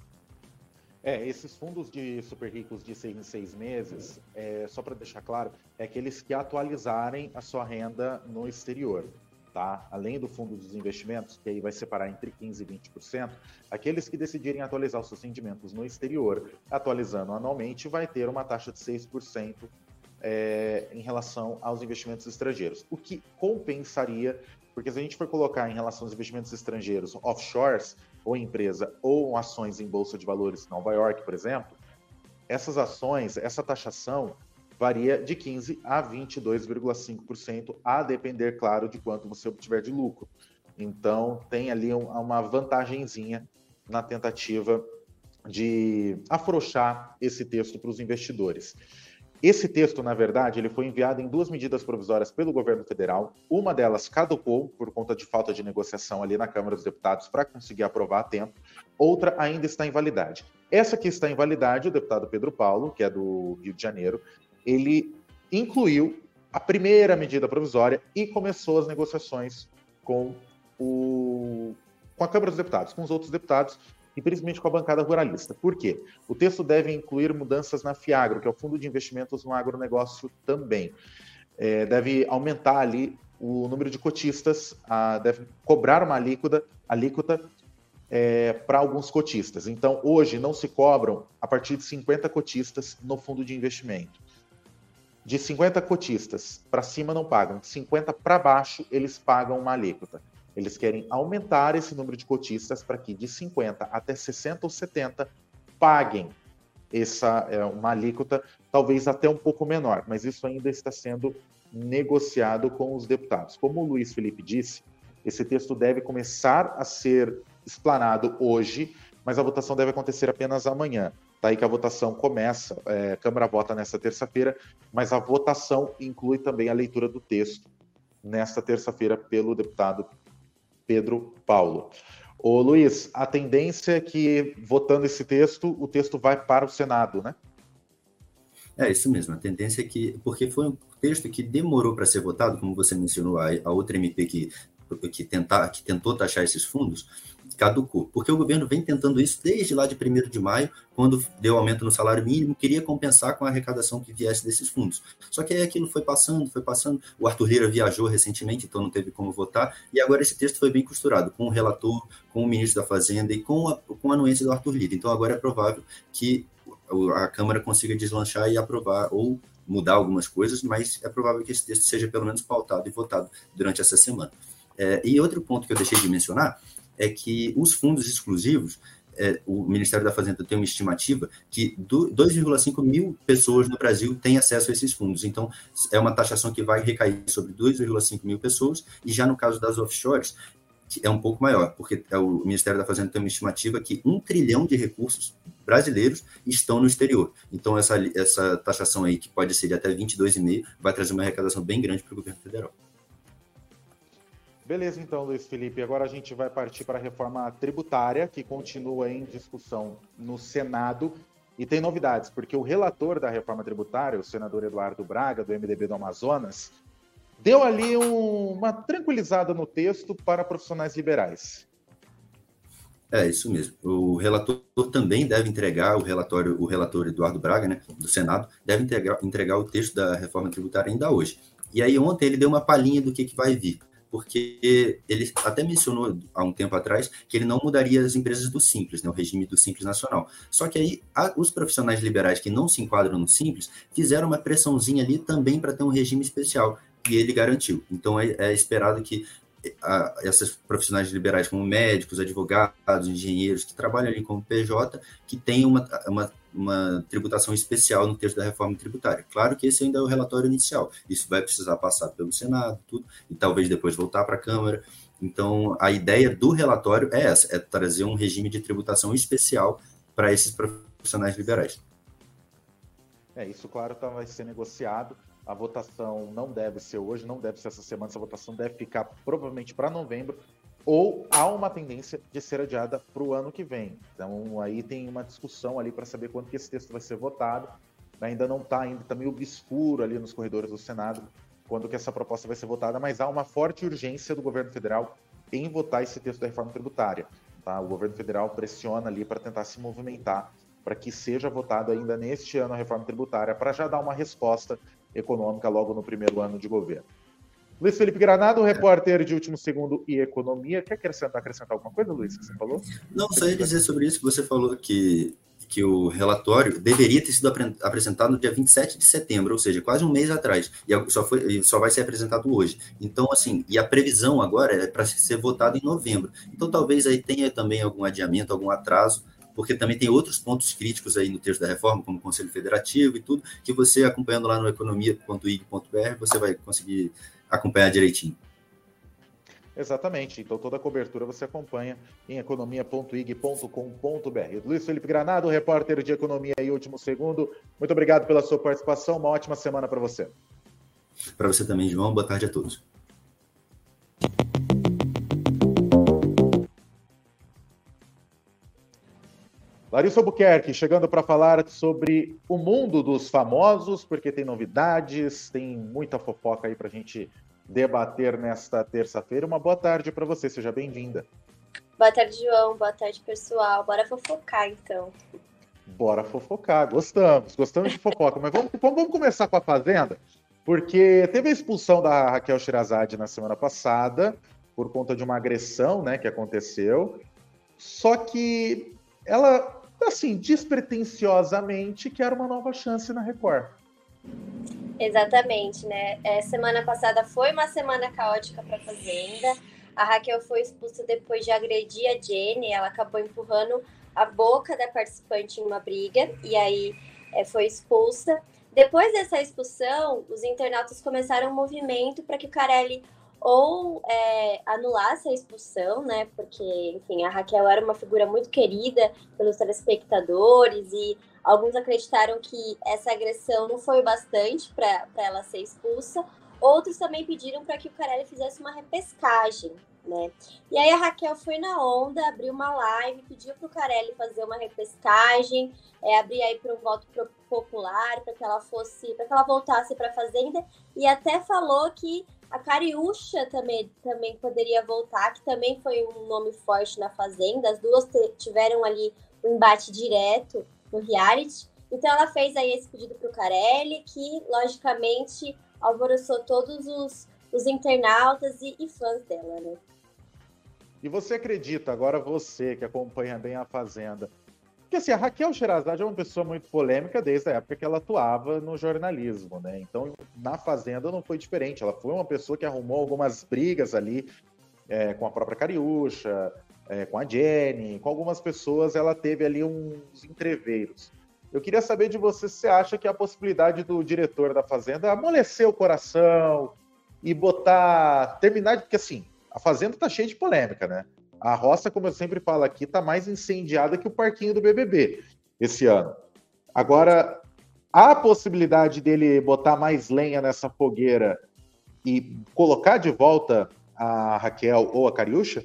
É, esses fundos de super ricos de seis em seis meses, é, só para deixar claro, é aqueles que atualizarem a sua renda no exterior. tá? Além do fundo dos investimentos, que aí vai separar entre quinze por cento e vinte por cento, aqueles que decidirem atualizar os seus rendimentos no exterior, atualizando anualmente, vai ter uma taxa de seis por cento é, em relação aos investimentos estrangeiros, o que compensaria, porque se a gente for colocar em relação aos investimentos estrangeiros offshores, ou empresa, ou ações em bolsa de valores em Nova York, por exemplo, essas ações, essa taxação varia de quinze por cento a vinte e dois vírgula cinco por cento, a depender, claro, de quanto você obtiver de lucro. Então, tem ali um, uma vantagenzinha na tentativa de afrouxar esse texto para os investidores. Esse texto, na verdade, ele foi enviado em duas medidas provisórias pelo governo federal. Uma delas caducou por conta de falta de negociação ali na Câmara dos Deputados para conseguir aprovar a tempo. Outra ainda está em validade. Essa que está em validade, o deputado Pedro Paulo, que é do Rio de Janeiro, ele incluiu a primeira medida provisória e começou as negociações com, o, com a Câmara dos Deputados, com os outros deputados, e principalmente com a bancada ruralista. Por quê? O texto deve incluir mudanças na FIAGRO, que é o Fundo de Investimentos no Agronegócio também. É, deve aumentar ali o número de cotistas, a, deve cobrar uma alíquota, alíquota é, para alguns cotistas. Então, hoje não se cobram a partir de cinquenta cotistas no fundo de investimento. De cinquenta cotistas para cima não pagam, de cinquenta para baixo eles pagam uma alíquota. Eles querem aumentar esse número de cotistas para que de cinquenta até sessenta ou setenta paguem essa, é, uma alíquota, talvez até um pouco menor, mas isso ainda está sendo negociado com os deputados. Como o Luiz Felipe disse, esse texto deve começar a ser explanado hoje, mas a votação deve acontecer apenas amanhã. Tá aí que a votação começa, é, a Câmara vota nesta terça-feira, mas a votação inclui também a leitura do texto nesta terça-feira pelo deputado Pedro Paulo. Ô Luiz, a tendência é que, votando esse texto, o texto vai para o Senado, né? É, isso mesmo. A tendência é que, porque foi um texto que demorou para ser votado, como você mencionou, a, a outra M P que, que, tentar, que tentou taxar esses fundos, caducou. Porque o governo vem tentando isso desde lá de primeiro de maio, quando deu aumento no salário mínimo, queria compensar com a arrecadação que viesse desses fundos. Só que aí aquilo foi passando, foi passando. O Arthur Lira viajou recentemente, então não teve como votar, e agora esse texto foi bem costurado, com o relator, com o ministro da Fazenda e com a, com a anuência do Arthur Lira. Então agora é provável que a Câmara consiga deslanchar e aprovar, ou mudar algumas coisas, mas é provável que esse texto seja pelo menos pautado e votado durante essa semana. É, e outro ponto que eu deixei de mencionar é que os fundos exclusivos, é, o Ministério da Fazenda tem uma estimativa que dois vírgula cinco mil pessoas no Brasil têm acesso a esses fundos. Então, é uma taxação que vai recair sobre dois vírgula cinco mil pessoas, e já no caso das offshores, é um pouco maior, porque o Ministério da Fazenda tem uma estimativa que um trilhão de recursos brasileiros estão no exterior. Então, essa, essa taxação aí, que pode ser de até vinte e dois vírgula cinco, vai trazer uma arrecadação bem grande para o governo federal. Beleza, então, Luiz Felipe. Agora a gente vai partir para a reforma tributária, que continua em discussão no Senado. E tem novidades, porque o relator da reforma tributária, o senador Eduardo Braga, do M D B do Amazonas, deu ali um, uma tranquilizada no texto para profissionais liberais. É, isso mesmo. O relator também deve entregar, o relatório, o relator Eduardo Braga, né, do Senado, deve entregar, entregar o texto da reforma tributária ainda hoje. E aí ontem ele deu uma palhinha do que, que vai vir, porque ele até mencionou há um tempo atrás que ele não mudaria as empresas do Simples, né, o regime do Simples Nacional. Só que aí a, os profissionais liberais que não se enquadram no Simples fizeram uma pressãozinha ali também para ter um regime especial, e ele garantiu. Então é, é esperado que a, essas profissionais liberais, como médicos, advogados, engenheiros, que trabalham ali como P J, que tenham uma, uma, uma tributação especial no texto da reforma tributária. Claro que esse ainda é o relatório inicial. Isso vai precisar passar pelo Senado, tudo, e talvez depois voltar para a Câmara. Então, a ideia do relatório é essa, é trazer um regime de tributação especial para esses profissionais liberais. É, isso, claro, tá, vai ser negociado. A votação não deve ser hoje, não deve ser essa semana, essa votação deve ficar provavelmente para novembro, ou há uma tendência de ser adiada para o ano que vem. Então, aí tem uma discussão ali para saber quando que esse texto vai ser votado. Ainda não está, ainda está meio obscuro ali nos corredores do Senado quando que essa proposta vai ser votada, mas há uma forte urgência do governo federal em votar esse texto da reforma tributária. Tá? O governo federal pressiona ali para tentar se movimentar para que seja votado ainda neste ano a reforma tributária, para já dar uma resposta econômica logo no primeiro ano de governo. Luiz Felipe Granado, repórter de Último Segundo e Economia. Quer acrescentar, acrescentar alguma coisa, Luiz, que você falou? Não, só ia dizer sobre isso que você falou, que, que o relatório deveria ter sido apresentado no dia vinte e sete de setembro, ou seja, quase um mês atrás, e só, foi, só vai ser apresentado hoje. Então, assim, e a previsão agora é para ser votado em novembro. Então, talvez aí tenha também algum adiamento, algum atraso, porque também tem outros pontos críticos aí no texto da reforma, como o Conselho Federativo e tudo, que você, acompanhando lá no economia ponto i g ponto b r, você vai conseguir acompanhar direitinho. Exatamente, então toda a cobertura você acompanha em economia ponto i g ponto com ponto b r. Luiz Felipe Granado, repórter de Economia e Último Segundo, muito obrigado pela sua participação, uma ótima semana para você. Para você também, João, boa tarde a todos. Larissa Albuquerque, chegando para falar sobre o mundo dos famosos, porque tem novidades, tem muita fofoca aí para a gente debater nesta terça-feira. Uma boa tarde para você, seja bem-vinda. Boa tarde, João. Boa tarde, pessoal. Bora fofocar, então. Bora fofocar, gostamos, gostamos de fofoca. Mas vamos, vamos começar com a Fazenda, porque teve a expulsão da Raquel Sherazade na semana passada, por conta de uma agressão, né, que aconteceu. Só que ela, assim, despretensiosamente, quer uma nova chance na Record. Exatamente, né? É, semana passada foi uma semana caótica para a Fazenda. A Raquel foi expulsa depois de agredir a Jenny. Ela acabou empurrando a boca da participante em uma briga e aí é, foi expulsa. Depois dessa expulsão, os internautas começaram um movimento para que o Carelli ou é, anulasse a expulsão, né? Porque, enfim, a Raquel era uma figura muito querida pelos telespectadores e alguns acreditaram que essa agressão não foi o bastante para ela ser expulsa. Outros também pediram para que o Carelli fizesse uma repescagem, né? E aí a Raquel foi na onda, abriu uma live, pediu para o Carelli fazer uma repescagem, é, abrir aí para um voto popular, para que ela fosse, para que ela voltasse para a Fazenda, e até falou que a Cariúcha também, também poderia voltar, que também foi um nome forte na Fazenda. As duas tiveram ali um embate direto no reality. Então ela fez aí esse pedido para o Carelli, que logicamente alvoroçou todos os, os internautas e, e fãs dela, né? E você acredita, agora você que acompanha bem a Fazenda, porque assim, a Raquel Sherazade é uma pessoa muito polêmica desde a época que ela atuava no jornalismo, né? Então, na Fazenda não foi diferente. Ela foi uma pessoa que arrumou algumas brigas ali é, com a própria Cariúcha, é, com a Jenny, com algumas pessoas, ela teve ali uns entreveiros. Eu queria saber de você se você acha que a possibilidade do diretor da Fazenda amolecer o coração e botar, terminar, porque assim, a Fazenda tá cheia de polêmica, né? A roça, como eu sempre falo aqui, tá mais incendiada que o parquinho do B B B esse ano. Agora, há a possibilidade dele botar mais lenha nessa fogueira e colocar de volta a Raquel ou a Cariúcha?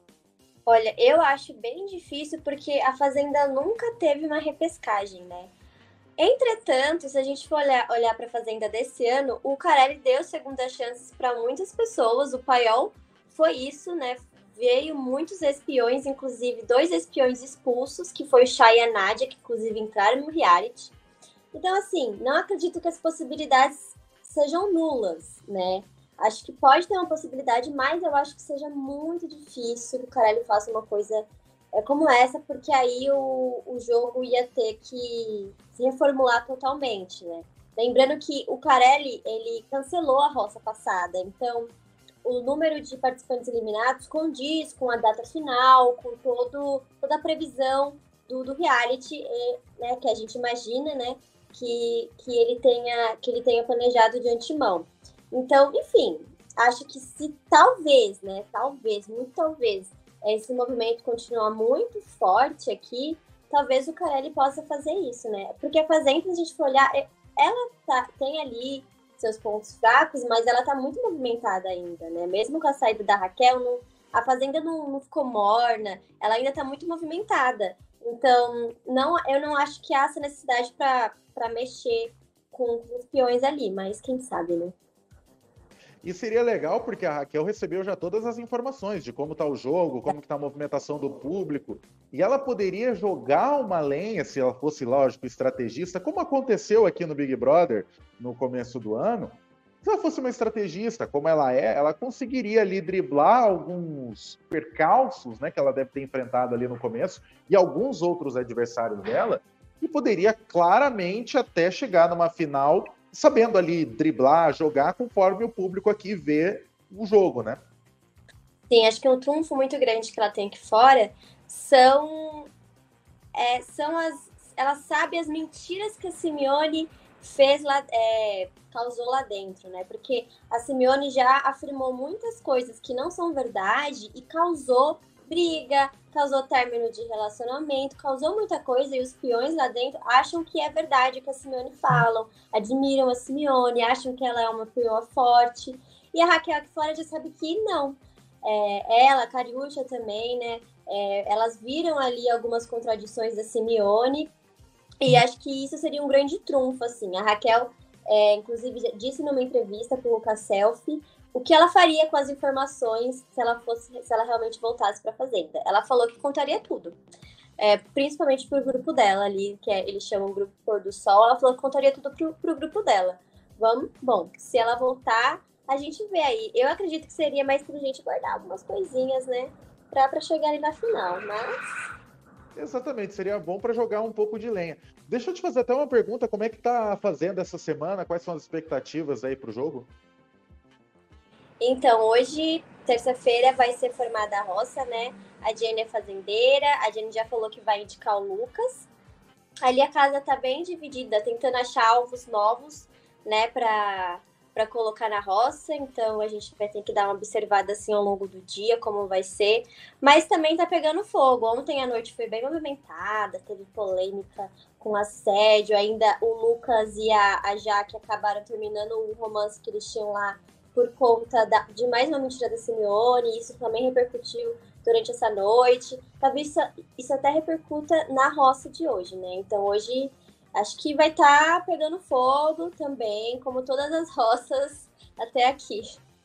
Olha, eu acho bem difícil porque a Fazenda nunca teve uma repescagem, né? Entretanto, se a gente for olhar, olhar para a Fazenda desse ano, o Carelli deu segundas chances para muitas pessoas. O Paiol foi isso, né? Veio muitos espiões, inclusive dois espiões expulsos, que foi o Chay e a Nádia, que inclusive entraram no reality. Então, assim, não acredito que as possibilidades sejam nulas, né? Acho que pode ter uma possibilidade, mas eu acho que seja muito difícil que o Carelli faça uma coisa é, como essa, porque aí o, o jogo ia ter que se reformular totalmente, né? Lembrando que o Carelli, ele cancelou a roça passada, então o número de participantes eliminados condiz com a data final, com todo, toda a previsão do, do reality, né, que a gente imagina, né, que, que, ele tenha, que ele tenha planejado de antemão. Então, enfim, acho que se talvez, né, talvez, muito talvez, esse movimento continuar muito forte aqui, talvez o Carelli possa fazer isso, né? Porque a Fazenda, se a gente for olhar, ela tá, tem ali seus pontos fracos, mas ela tá muito movimentada ainda, né? Mesmo com a saída da Raquel, não, a Fazenda não, não ficou morna, ela ainda tá muito movimentada. Então, não, eu não acho que há essa necessidade para mexer com, com os peões ali, mas quem sabe, né? E seria legal porque a Raquel recebeu já todas as informações de como está o jogo, como está a movimentação do público, e ela poderia jogar uma lenha, se ela fosse, lógico, estrategista, como aconteceu aqui no Big Brother no começo do ano, Se ela fosse uma estrategista, como ela é, ela conseguiria ali driblar alguns percalços, né, que ela deve ter enfrentado ali no começo, e alguns outros adversários dela, e poderia claramente até chegar numa final sabendo ali driblar, jogar conforme o público aqui vê o jogo, né? Sim, acho que um trunfo muito grande que ela tem aqui fora são, é, são as... Ela sabe as mentiras que a Simeone fez lá, é, causou lá dentro, né? Porque a Simeone já afirmou muitas coisas que não são verdade e causou briga, causou término de relacionamento, causou muita coisa e os peões lá dentro acham que é verdade o que a Simeone falam, admiram a Simeone, acham que ela é uma peoa forte. E a Raquel aqui fora já sabe que não. É, ela, a Cariúcha também, né? É, elas viram ali algumas contradições da Simeone e acho que isso seria um grande trunfo, assim. A Raquel, é, inclusive, disse numa entrevista com o Lucas Selfie o que ela faria com as informações se ela fosse, se ela realmente voltasse para a Fazenda. Ela falou que contaria tudo, é, principalmente para o grupo dela ali, que é, eles chamam Grupo Pôr do Sol. Ela falou que contaria tudo para o grupo dela. Vamos, bom, se ela voltar, a gente vê aí. Eu acredito que seria mais inteligente guardar algumas coisinhas, né, para chegar ali na final, mas... Exatamente, seria bom para jogar um pouco de lenha. Deixa eu te fazer até uma pergunta, como é que tá a Fazenda essa semana? Quais são as expectativas aí para o jogo? Então, hoje, terça-feira, vai ser formada a roça, né? A Jenny é fazendeira, a Jenny já falou que vai indicar o Lucas. Ali a casa tá bem dividida, tentando achar alvos novos, né, para para colocar na roça, então a gente vai ter que dar uma observada assim ao longo do dia, como vai ser, mas também tá pegando fogo. Ontem à noite foi bem movimentada, teve polêmica com assédio, ainda o Lucas e a, a Jaque acabaram terminando o romance que eles tinham lá por conta da, de mais uma mentira da Simeone, e isso também repercutiu durante essa noite. Talvez isso, isso até repercuta na roça de hoje, né? Então hoje acho que vai estar tá pegando fogo também, como todas as roças até aqui.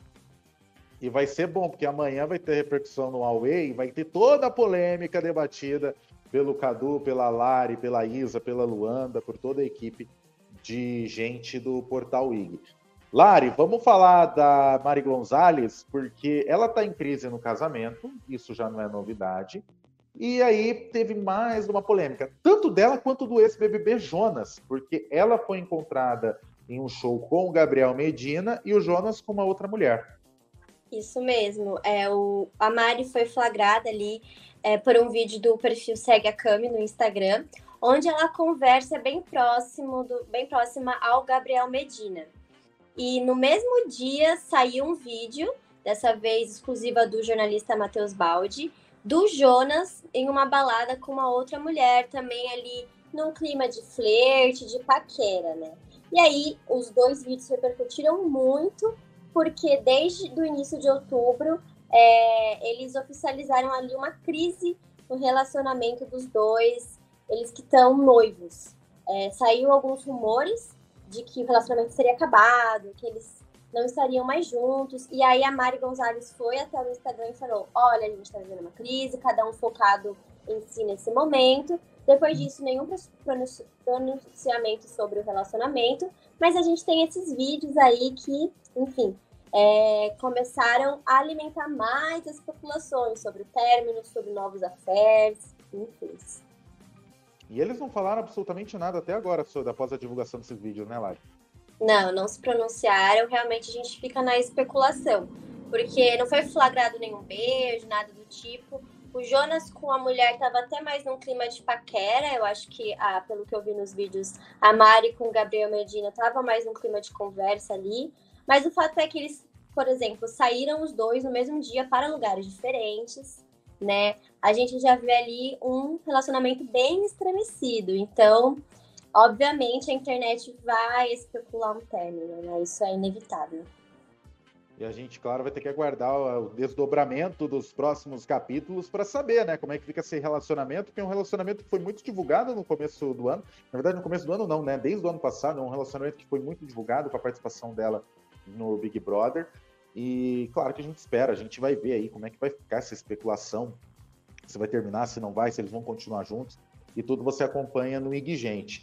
E vai ser bom, porque amanhã vai ter repercussão no Huawei, vai ter toda a polêmica debatida pelo Cadu, pela Lari, pela Isa, pela Luanda, por toda a equipe de gente do Portal W I G. Lari, vamos falar da Mari Gonzalez, porque ela está em crise no casamento, isso já não é novidade. E aí teve mais uma polêmica, tanto dela quanto do ex-B B B Jonas, porque ela foi encontrada em um show com o Gabriel Medina e o Jonas com uma outra mulher. Isso mesmo, é, o, a Mari foi flagrada ali é, por um vídeo do perfil Segue a Cami no Instagram, onde ela conversa bem, próximo do, bem próxima ao Gabriel Medina. E no mesmo dia saiu um vídeo, dessa vez exclusiva do jornalista Matheus Baldi, do Jonas em uma balada com uma outra mulher, também ali num clima de flerte, de paquera, né? E aí, os dois vídeos repercutiram muito, porque desde o início de outubro, é, eles oficializaram ali uma crise no relacionamento dos dois, eles que estão noivos. É, saiu alguns rumores de que o relacionamento seria acabado, que eles não estariam mais juntos. E aí a Mari Gonzalez foi até o Instagram e falou: olha, a gente está vivendo uma crise, cada um focado em si nesse momento. Depois disso, nenhum pronunciamento sobre o relacionamento, mas a gente tem esses vídeos aí que, enfim, é, começaram a alimentar mais as especulações sobre o término, sobre novos affairs, enfim. E eles não falaram absolutamente nada até agora, após a divulgação desses vídeos, né, Lari? Não, não se pronunciaram, realmente a gente fica na especulação, porque não foi flagrado nenhum beijo, nada do tipo. O Jonas com a mulher estava até mais num clima de paquera, eu acho que, ah, pelo que eu vi nos vídeos, a Mari com o Gabriel Medina estava mais num clima de conversa ali, mas o fato é que eles, por exemplo, saíram os dois no mesmo dia para lugares diferentes, né? A gente já vê ali um relacionamento bem estremecido, então... Obviamente, a internet vai especular um término, né? Isso é inevitável. E a gente, claro, vai ter que aguardar o desdobramento dos próximos capítulos para saber, né, como é que fica esse relacionamento, que é um relacionamento que foi muito divulgado no começo do ano. Na verdade, no começo do ano não, né? Desde o ano passado, é um relacionamento que foi muito divulgado com a participação dela no Big Brother. E, claro que a gente espera, a gente vai ver aí como é que vai ficar essa especulação, se vai terminar, se não vai, se eles vão continuar juntos. E tudo você acompanha no I G Gente.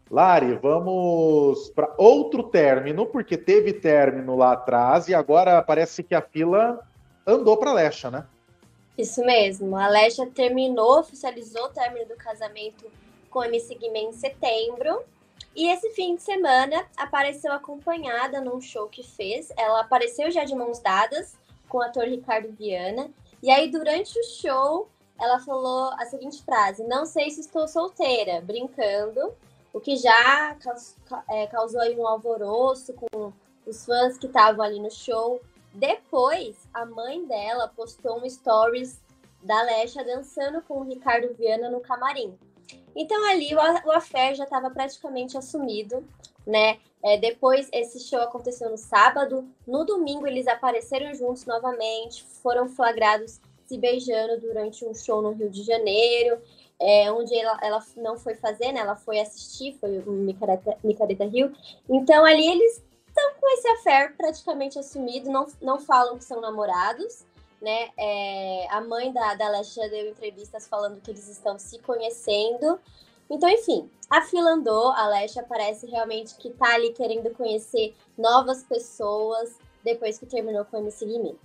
Lari, vamos para outro término, porque teve término lá atrás e agora parece que a fila andou para a Alexa, né? Isso mesmo, a Alexa terminou, oficializou o término do casamento com a M C Guimê em setembro. E esse fim de semana apareceu acompanhada num show que fez. Ela apareceu já de mãos dadas com o ator Ricardo Viana. E aí, durante o show, ela falou a seguinte frase: "Não sei se estou solteira", brincando, o que já causou aí um alvoroço com os fãs que estavam ali no show. Depois, a mãe dela postou um stories da Alexa dançando com o Ricardo Viana no camarim. Então, ali, o affair já estava praticamente assumido, né? É, depois, esse show aconteceu no sábado. No domingo, eles apareceram juntos novamente, foram flagrados se beijando durante um show no Rio de Janeiro, é, onde ela, ela não foi fazer, né? Ela foi assistir, foi o Micareta, Micareta Rio. Então, ali, eles estão com esse affair praticamente assumido, não, não falam que são namorados, né? É, a mãe da, da Alexa já deu entrevistas falando que eles estão se conhecendo. Então, enfim, a fila andou, a Alexa parece realmente que tá ali querendo conhecer novas pessoas depois que terminou com o M C Guimê.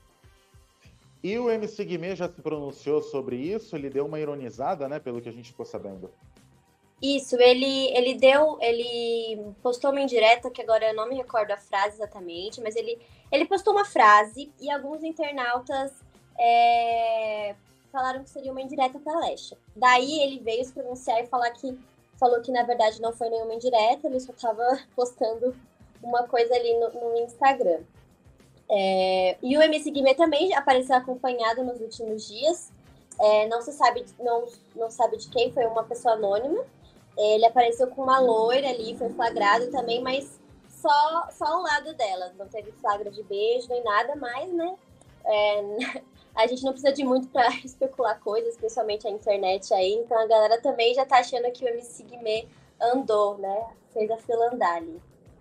E o M C Guimê já se pronunciou sobre isso? Ele deu uma ironizada, né? Pelo que a gente ficou sabendo. Isso, ele, ele deu, ele postou uma indireta, que agora eu não me recordo a frase exatamente, mas ele, ele postou uma frase e alguns internautas é, falaram que seria uma indireta para a Alexa. Daí ele veio se pronunciar e falar que, falou que na verdade não foi nenhuma indireta, ele só estava postando uma coisa ali no, no Instagram. É, e o M C Guimê também apareceu acompanhado nos últimos dias, é, não se sabe, não, não sabe de quem, foi uma pessoa anônima. Ele apareceu com uma loira ali, foi flagrado também, mas só, só um lado dela. Não teve flagra de beijo nem nada, mas, né? É, a gente não precisa de muito para especular coisas, principalmente a internet aí. Então a galera também já tá achando que o M C Guimê andou, né? Fez a fila andar ali.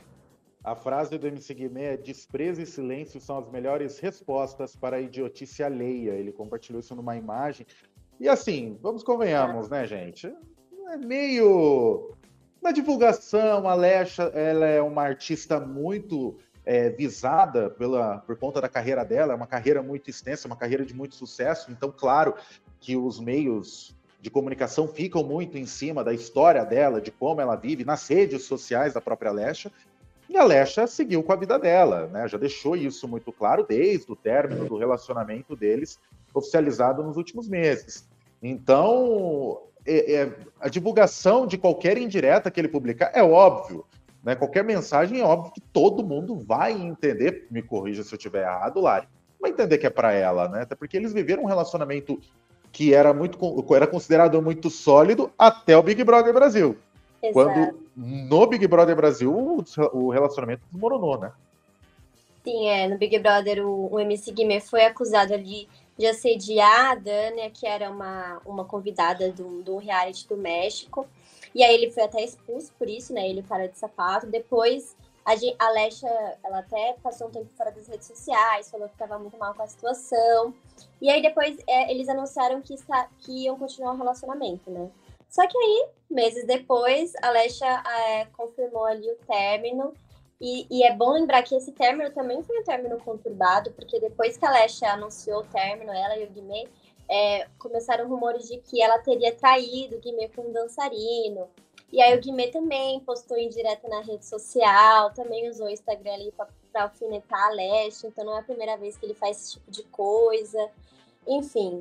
A frase do M C Guimê é: "Desprezo e silêncio são as melhores respostas para a idiotice alheia". Ele compartilhou isso numa imagem. E assim, vamos convenhamos, né, gente? É meio... Na divulgação, a Alexa, ela é uma artista muito é, visada pela, por conta da carreira dela, é uma carreira muito extensa, uma carreira de muito sucesso, então, claro que os meios de comunicação ficam muito em cima da história dela, de como ela vive, nas redes sociais da própria Alexa, e a Alexa seguiu com a vida dela, né? Já deixou isso muito claro desde o término do relacionamento deles, oficializado nos últimos meses. Então... É, é, a divulgação de qualquer indireta que ele publicar é óbvio, né? Qualquer mensagem é óbvio que todo mundo vai entender, me corrija se eu estiver errado, Lari, vai entender que é para ela, né? Até porque eles viveram um relacionamento que era, muito, era considerado muito sólido até o Big Brother Brasil. Exato. Quando no Big Brother Brasil o, o relacionamento desmoronou, né? Sim, é, no Big Brother o, o M C Guimê foi acusado ali de assediar a Dania, que era uma, uma convidada do, do reality do México. E aí ele foi até expulso por isso, né? Ele, o cara de sapato. Depois, a, a Alexa, ela até passou um tempo fora das redes sociais, falou que estava muito mal com a situação. E aí depois é, eles anunciaram que, está, que iam continuar o relacionamento, né? Só que aí, meses depois, a Alexa é, confirmou ali o término. E, e é bom lembrar que esse término também foi um término conturbado, porque depois que a Alexa anunciou o término, ela e o Guimê, é, começaram rumores de que ela teria traído o Guimê com um dançarino. E aí o Guimê também postou indireta na rede social, também usou o Instagram ali para alfinetar a Alexa, então não é a primeira vez que ele faz esse tipo de coisa. Enfim,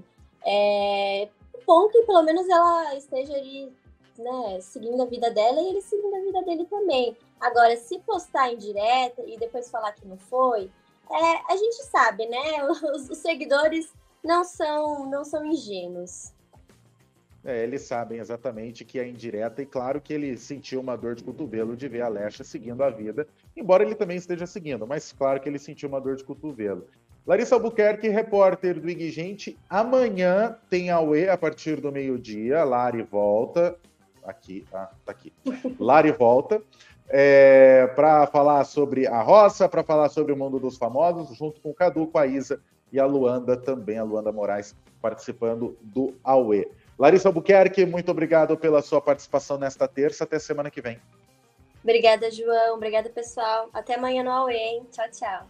é bom que pelo menos ela esteja ali, né, seguindo a vida dela e ele seguindo a vida dele também. Agora, se postar em direta e depois falar que não foi, é, a gente sabe, né? Os, os seguidores não são, não são ingênuos. É, eles sabem exatamente que é indireta e claro que ele sentiu uma dor de cotovelo de ver a Alexa seguindo a vida, embora ele também esteja seguindo, mas claro que ele sentiu uma dor de cotovelo. Larissa Albuquerque, repórter do Ig Gente, amanhã tem Aue a partir do meio-dia, Lari volta, aqui, ah, tá aqui, Lari volta, é, para falar sobre a roça, para falar sobre o mundo dos famosos, junto com o Cadu, com a Isa e a Luanda também, a Luanda Moraes, participando do Aue. Larissa Albuquerque, muito obrigado pela sua participação nesta terça. Até semana que vem. Obrigada, João. Obrigada, pessoal. Até amanhã no Aue, hein? Tchau, tchau.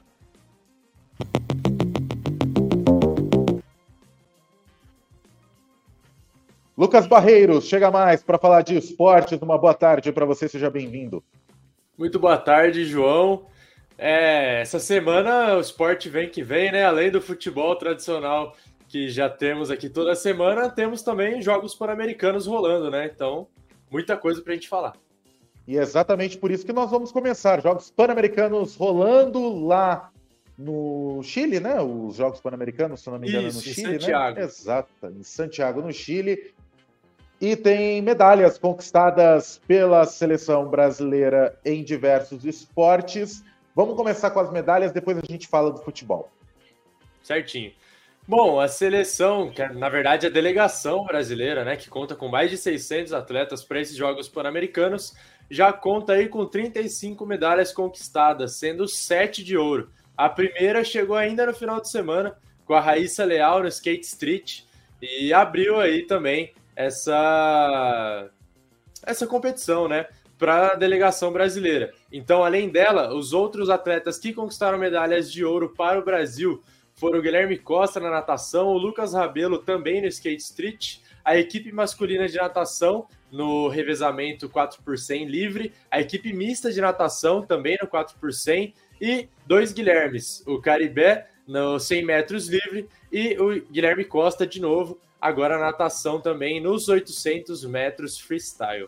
Lucas Barreiros, chega mais para falar de esportes. Uma boa tarde para você, seja bem-vindo. Muito boa tarde, João. É, essa semana o esporte vem que vem, né? Além do futebol tradicional que já temos aqui toda semana, temos também jogos pan-americanos rolando, né? Então, muita coisa para a gente falar. E é exatamente por isso que nós vamos começar. Jogos pan-americanos rolando lá no Chile, né? Os Jogos Pan-Americanos, se não me engano, isso, no em Chile, Santiago. né? Exato, em Santiago, no Chile. E tem medalhas conquistadas pela seleção brasileira em diversos esportes. Vamos começar com as medalhas, depois a gente fala do futebol. Certinho. Bom, a seleção, que na verdade é a delegação brasileira, né, que conta com mais de seiscentos atletas para esses Jogos Pan-Americanos, já conta aí com trinta e cinco medalhas conquistadas, sendo sete de ouro. A primeira chegou ainda no final de semana, com a Raíssa Leal no skate street, e abriu aí também essa, essa competição, né, para a delegação brasileira. Então, além dela, os outros atletas que conquistaram medalhas de ouro para o Brasil foram o Guilherme Costa na natação, o Lucas Rabelo também no skate street, a equipe masculina de natação no revezamento quatro por cem livre, a equipe mista de natação também no quatro por cem e dois Guilhermes, o Caribé no cem metros livre e o Guilherme Costa de novo, agora a natação também nos oitocentos metros freestyle.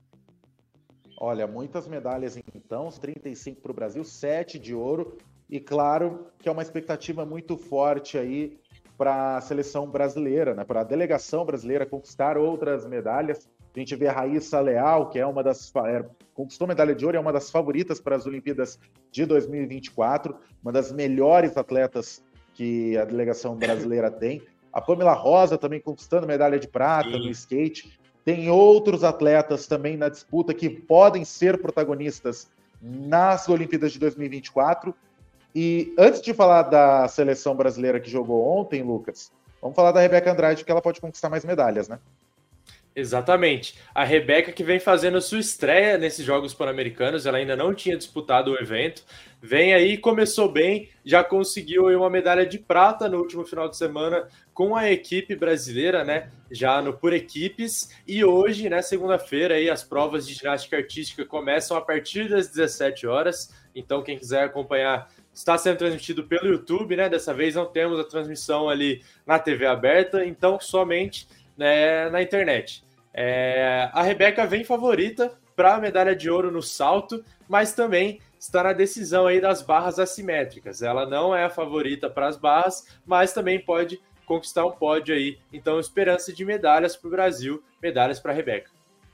Olha, muitas medalhas então, trinta e cinco para o Brasil, sete de ouro. E claro que é uma expectativa muito forte aí para a seleção brasileira, né? Para a delegação brasileira conquistar outras medalhas. A gente vê a Raíssa Leal, que é uma das é, conquistou medalha de ouro, é uma das favoritas para as Olimpíadas de dois mil e vinte e quatro, uma das melhores atletas que a delegação brasileira tem. A Pamela Rosa também conquistando medalha de prata Sim. no skate. Tem outros atletas também na disputa que podem ser protagonistas nas Olimpíadas de dois mil e vinte e quatro. E antes de falar da seleção brasileira que jogou ontem, Lucas, vamos falar da Rebeca Andrade, que ela pode conquistar mais medalhas, né? Exatamente. A Rebeca que vem fazendo sua estreia nesses Jogos Pan-Americanos, ela ainda não tinha disputado o evento, vem aí, começou bem, já conseguiu uma medalha de prata no último final de semana com a equipe brasileira, né, já no por equipes, e hoje, né, segunda-feira, aí as provas de ginástica artística começam a partir das dezessete horas, então quem quiser acompanhar, está sendo transmitido pelo YouTube, né, dessa vez não temos a transmissão ali na T V aberta, então somente né, na internet. É, a Rebeca vem favorita para a medalha de ouro no salto, mas também está na decisão aí das barras assimétricas. Ela não é a favorita para as barras, mas também pode conquistar um pódio aí. Então, esperança de medalhas para o Brasil, medalhas para a Rebeca.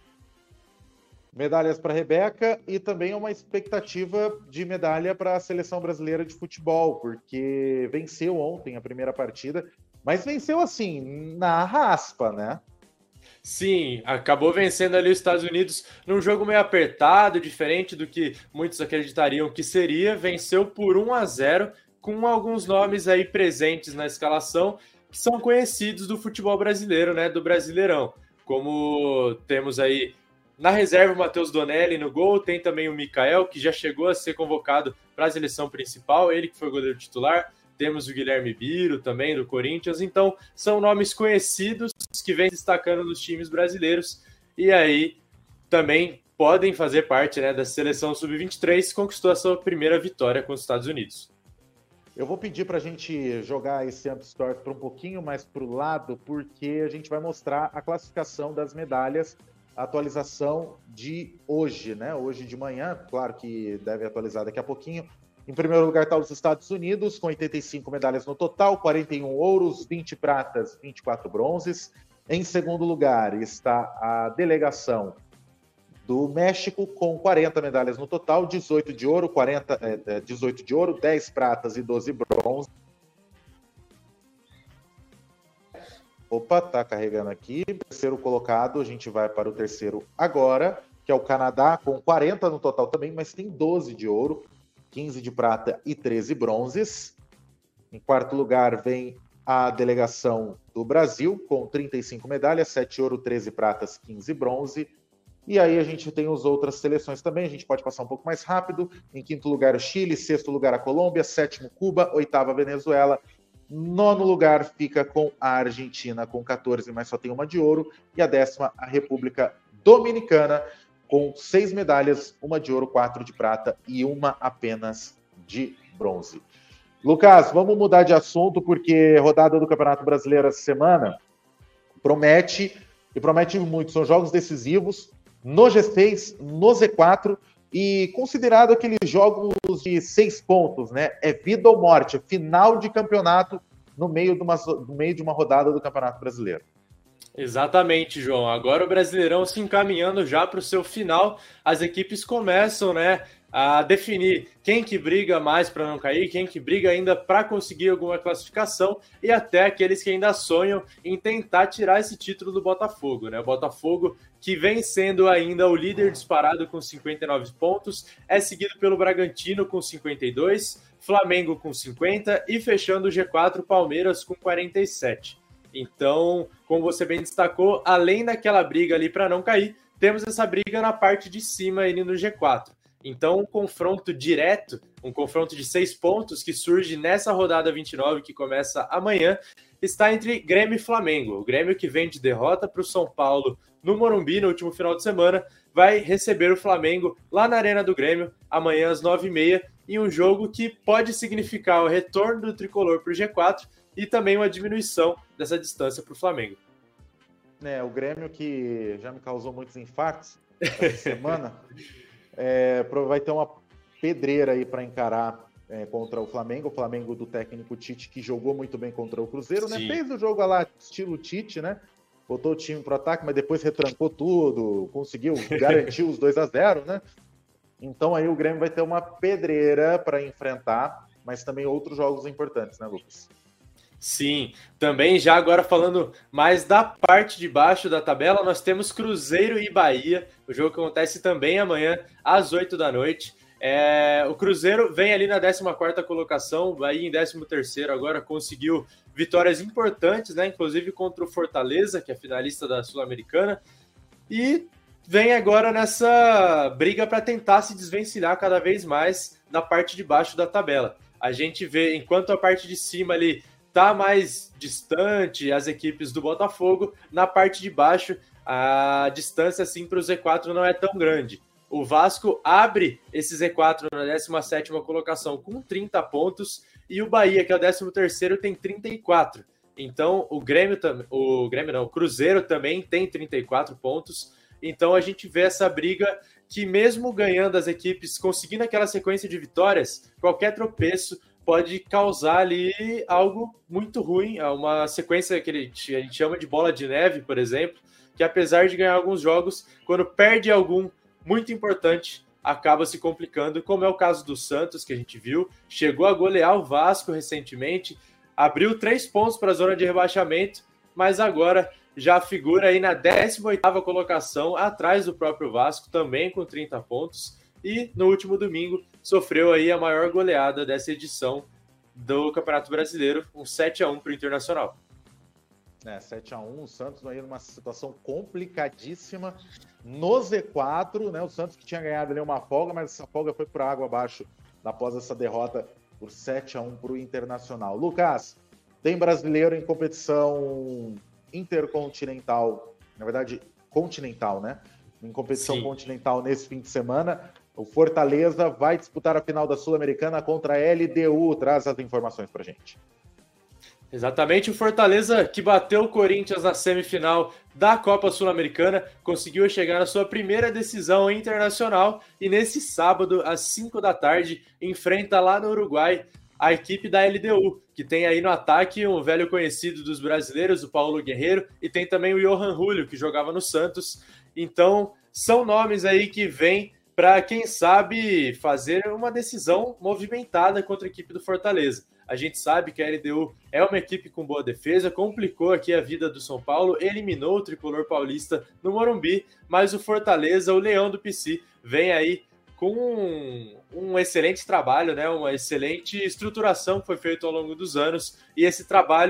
Medalhas para a Rebeca e também uma expectativa de medalha para a seleção brasileira de futebol, porque venceu ontem a primeira partida, mas venceu assim, na raspa, né? Sim, acabou vencendo ali os Estados Unidos num jogo meio apertado, diferente do que muitos acreditariam que seria. Venceu por um a zero, com alguns nomes aí presentes na escalação que são conhecidos do futebol brasileiro, né? Do Brasileirão. Como temos aí na reserva o Matheus Donelli no gol, tem também o Mikael, que já chegou a ser convocado para a seleção principal, ele que foi o goleiro titular. Temos o Guilherme Biro também, do Corinthians. Então, são nomes conhecidos que vêm destacando nos times brasileiros. E aí, também podem fazer parte, né, da seleção sub vinte e três, que conquistou a sua primeira vitória com os Estados Unidos. Eu vou pedir para a gente jogar esse Amp Store para um pouquinho mais para o lado, porque a gente vai mostrar a classificação das medalhas, a atualização de hoje, né? Hoje de manhã, claro que deve atualizar daqui a pouquinho. Em primeiro lugar está os Estados Unidos, com oitenta e cinco medalhas no total, quarenta e um ouros, vinte pratas, vinte e quatro bronzes. Em segundo lugar está a delegação do México, com quarenta medalhas no total, dezoito de ouro, quarenta, é, dezoito de ouro, dez pratas e doze bronzes. Opa, tá carregando aqui. Terceiro colocado, a gente vai para o terceiro agora, que é o Canadá, com quarenta no total também, mas tem doze de ouro, quinze de prata e treze bronzes. Em quarto lugar vem a delegação do Brasil, com trinta e cinco medalhas, sete ouro, treze pratas, quinze bronze. E aí a gente tem as outras seleções também, a gente pode passar um pouco mais rápido. Em quinto lugar o Chile, sexto lugar a Colômbia, sétimo Cuba, oitava a Venezuela, nono lugar fica com a Argentina com quatorze, mas só tem uma de ouro, e a décima a República Dominicana com seis medalhas, uma de ouro, quatro de prata e uma apenas de bronze. Lucas, vamos mudar de assunto porque rodada do Campeonato Brasileiro essa semana promete, e promete muito, são jogos decisivos no G seis, no Z quatro, e considerado aqueles jogos de seis pontos, né? É vida ou morte, é final de campeonato no meio de uma, no meio de uma rodada do Campeonato Brasileiro. Exatamente, João. Agora o Brasileirão se encaminhando já para o seu final, as equipes começam, né, a definir quem que briga mais para não cair, quem que briga ainda para conseguir alguma classificação e até aqueles que ainda sonham em tentar tirar esse título do Botafogo, né? O Botafogo que vem sendo ainda o líder disparado com cinquenta e nove pontos, é seguido pelo Bragantino com cinquenta e dois, Flamengo com cinquenta e fechando o G quatro, Palmeiras com quarenta e sete. Então, como você bem destacou, além daquela briga ali para não cair, temos essa briga na parte de cima ali no G quatro. Então, um confronto direto, um confronto de seis pontos que surge nessa rodada vinte e nove, que começa amanhã, está entre Grêmio e Flamengo. O Grêmio, que vem de derrota para o São Paulo no Morumbi no último final de semana, vai receber o Flamengo lá na Arena do Grêmio, amanhã às nove e meia, em um jogo que pode significar o retorno do tricolor para o G quatro e também uma diminuição dessa distância para o Flamengo. É, o Grêmio, que já me causou muitos infartos essa semana, é, vai ter uma pedreira aí para encarar é, contra o Flamengo. O Flamengo do técnico Tite, que jogou muito bem contra o Cruzeiro, né? Fez o jogo lá estilo Tite, né? Botou o time para o ataque, mas depois retrancou tudo, conseguiu garantir os dois a zero, né? Então aí o Grêmio vai ter uma pedreira para enfrentar, mas também outros jogos importantes, né, Lucas? Sim, também já agora falando mais da parte de baixo da tabela, nós temos Cruzeiro e Bahia, o jogo que acontece também amanhã às oito da noite. É, o Cruzeiro vem ali na décima quarta colocação, o Bahia em décimo terceiro agora conseguiu vitórias importantes, né, inclusive contra o Fortaleza, que é finalista da Sul-Americana, e vem agora nessa briga para tentar se desvencilhar cada vez mais na parte de baixo da tabela. A gente vê, enquanto a parte de cima ali está mais distante, as equipes do Botafogo, na parte de baixo a distância assim, para o Z quatro não é tão grande. O Vasco abre esse Z quatro na décima sétima colocação com trinta pontos e o Bahia, que é o décimo terceiro, tem trinta e quatro. Então o Grêmio, o Grêmio não, o Cruzeiro também tem trinta e quatro pontos. Então a gente vê essa briga que mesmo ganhando as equipes, conseguindo aquela sequência de vitórias, qualquer tropeço pode causar ali algo muito ruim, uma sequência que a gente chama de bola de neve, por exemplo, que apesar de ganhar alguns jogos, quando perde algum muito importante, acaba se complicando, como é o caso do Santos, que a gente viu, chegou a golear o Vasco recentemente, abriu três pontos para a zona de rebaixamento, mas agora já figura aí na décima oitava colocação, atrás do próprio Vasco, também com trinta pontos, e no último domingo sofreu aí a maior goleada dessa edição do Campeonato Brasileiro, um sete a um para o Internacional. É, sete a um, o Santos aí numa situação complicadíssima no Z quatro, né? O Santos que tinha ganhado ali uma folga, mas essa folga foi por água abaixo após essa derrota por sete a um para o Internacional. Lucas, tem brasileiro em competição intercontinental, na verdade, continental, né? Em competição Sim. continental nesse fim de semana. O Fortaleza vai disputar a final da Sul-Americana contra a L D U. Traz as informações pra gente. Exatamente, o Fortaleza que bateu o Corinthians na semifinal da Copa Sul-Americana, conseguiu chegar na sua primeira decisão internacional e nesse sábado, às cinco da tarde, enfrenta lá no Uruguai a equipe da L D U, que tem aí no ataque um velho conhecido dos brasileiros, o Paulo Guerreiro, e tem também o Johan Julio, que jogava no Santos. Então, são nomes aí que vêm para, quem sabe, fazer uma decisão movimentada contra a equipe do Fortaleza. A gente sabe que a L D U é uma equipe com boa defesa, complicou aqui a vida do São Paulo, eliminou o tricolor paulista no Morumbi, mas o Fortaleza, o Leão do P C, vem aí com um, um excelente trabalho, né? Uma excelente estruturação que foi feita ao longo dos anos, e esse trabalho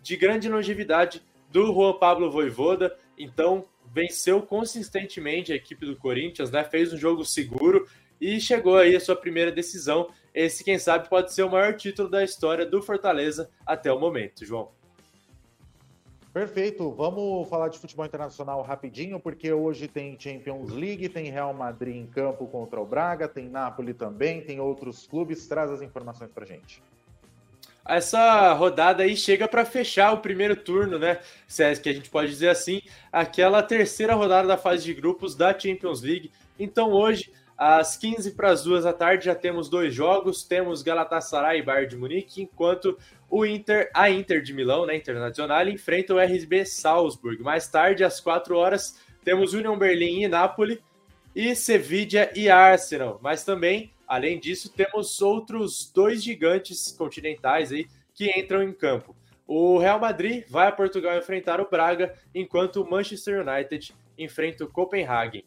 de grande longevidade do Juan Pablo Vojvoda. Então, venceu consistentemente a equipe do Corinthians, né? Fez um jogo seguro e chegou aí a sua primeira decisão. Esse, quem sabe, pode ser o maior título da história do Fortaleza até o momento, João. Perfeito. Vamos falar de futebol internacional rapidinho, porque hoje tem Champions League, tem Real Madrid em campo contra o Braga, tem Napoli também, tem outros clubes. Traz as informações pra gente. Essa rodada aí chega para fechar o primeiro turno, né? Se é que a gente pode dizer assim, aquela terceira rodada da fase de grupos da Champions League. Então hoje, às quinze para as duas da tarde, já temos dois jogos. Temos Galatasaray e Bayern de Munique, enquanto o Inter, a Inter de Milão, né, Internacional, enfrenta o R B Salzburg. Mais tarde, às quatro horas, temos Union Berlin e Napoli, e Sevilla e Arsenal. Mas também, além disso, temos outros dois gigantes continentais aí que entram em campo. O Real Madrid vai a Portugal enfrentar o Braga, enquanto o Manchester United enfrenta o Copenhagen.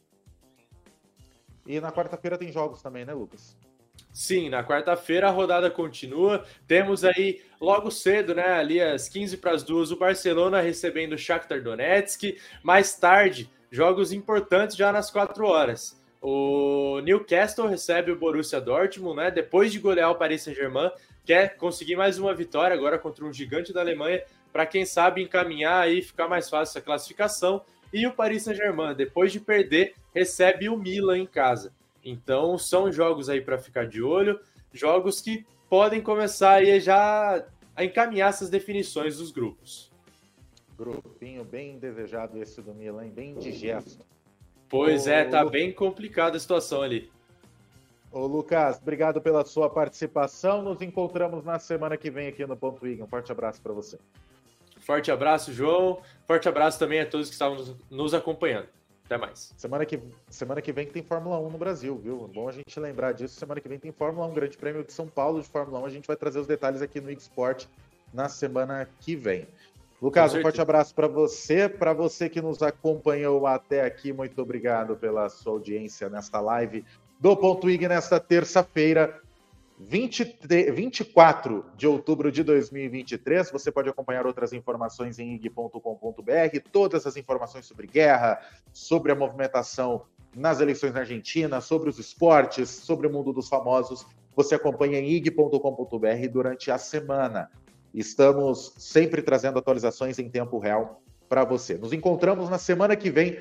E na quarta-feira tem jogos também, né, Lucas? Sim, na quarta-feira a rodada continua. Temos aí logo cedo, né, ali às quinze para as duas, o Barcelona recebendo o Shakhtar Donetsk. Mais tarde, jogos importantes já nas quatro horas. O Newcastle recebe o Borussia Dortmund, né, depois de golear o Paris Saint-Germain, quer conseguir mais uma vitória agora contra um gigante da Alemanha, para quem sabe encaminhar e ficar mais fácil essa classificação. E o Paris Saint-Germain, depois de perder, recebe o Milan em casa. Então, são jogos aí para ficar de olho, jogos que podem começar aí já a encaminhar essas definições dos grupos. Grupinho bem desejado esse do Milan, bem indigesto. Pois Ô, é, tá Lu... bem complicada a situação ali. Ô, Lucas, obrigado pela sua participação. Nos encontramos na semana que vem aqui no Ponto I G. Um forte abraço para você. Forte abraço, João. Forte abraço também a todos que estavam nos acompanhando. Até mais. Semana que, semana que vem tem Fórmula um no Brasil, viu? É bom a gente lembrar disso. Semana que vem tem Fórmula um, Grande Prêmio de São Paulo de Fórmula um. A gente vai trazer os detalhes aqui no I G Sport na semana que vem. Lucas, um forte abraço para você. Para você que nos acompanhou até aqui, muito obrigado pela sua audiência nesta live do Ponto I G nesta terça-feira, vinte, vinte e quatro de outubro de dois mil e vinte e três. Você pode acompanhar outras informações em ig ponto com ponto br, todas as informações sobre guerra, sobre a movimentação nas eleições na Argentina, sobre os esportes, sobre o mundo dos famosos. Você acompanha em ig ponto com ponto br durante a semana. Estamos sempre trazendo atualizações em tempo real para você. Nos encontramos na semana que vem.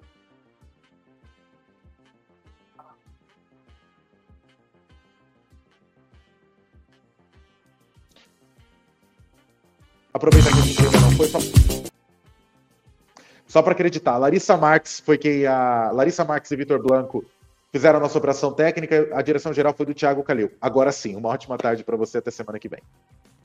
Aproveita que a gente ainda não foi só, só para acreditar. Larissa Marques foi quem a Larissa Marques e Vitor Blanco fizeram a nossa operação técnica. A direção geral foi do Thiago Calil. Agora sim, uma ótima tarde para você, até semana que vem.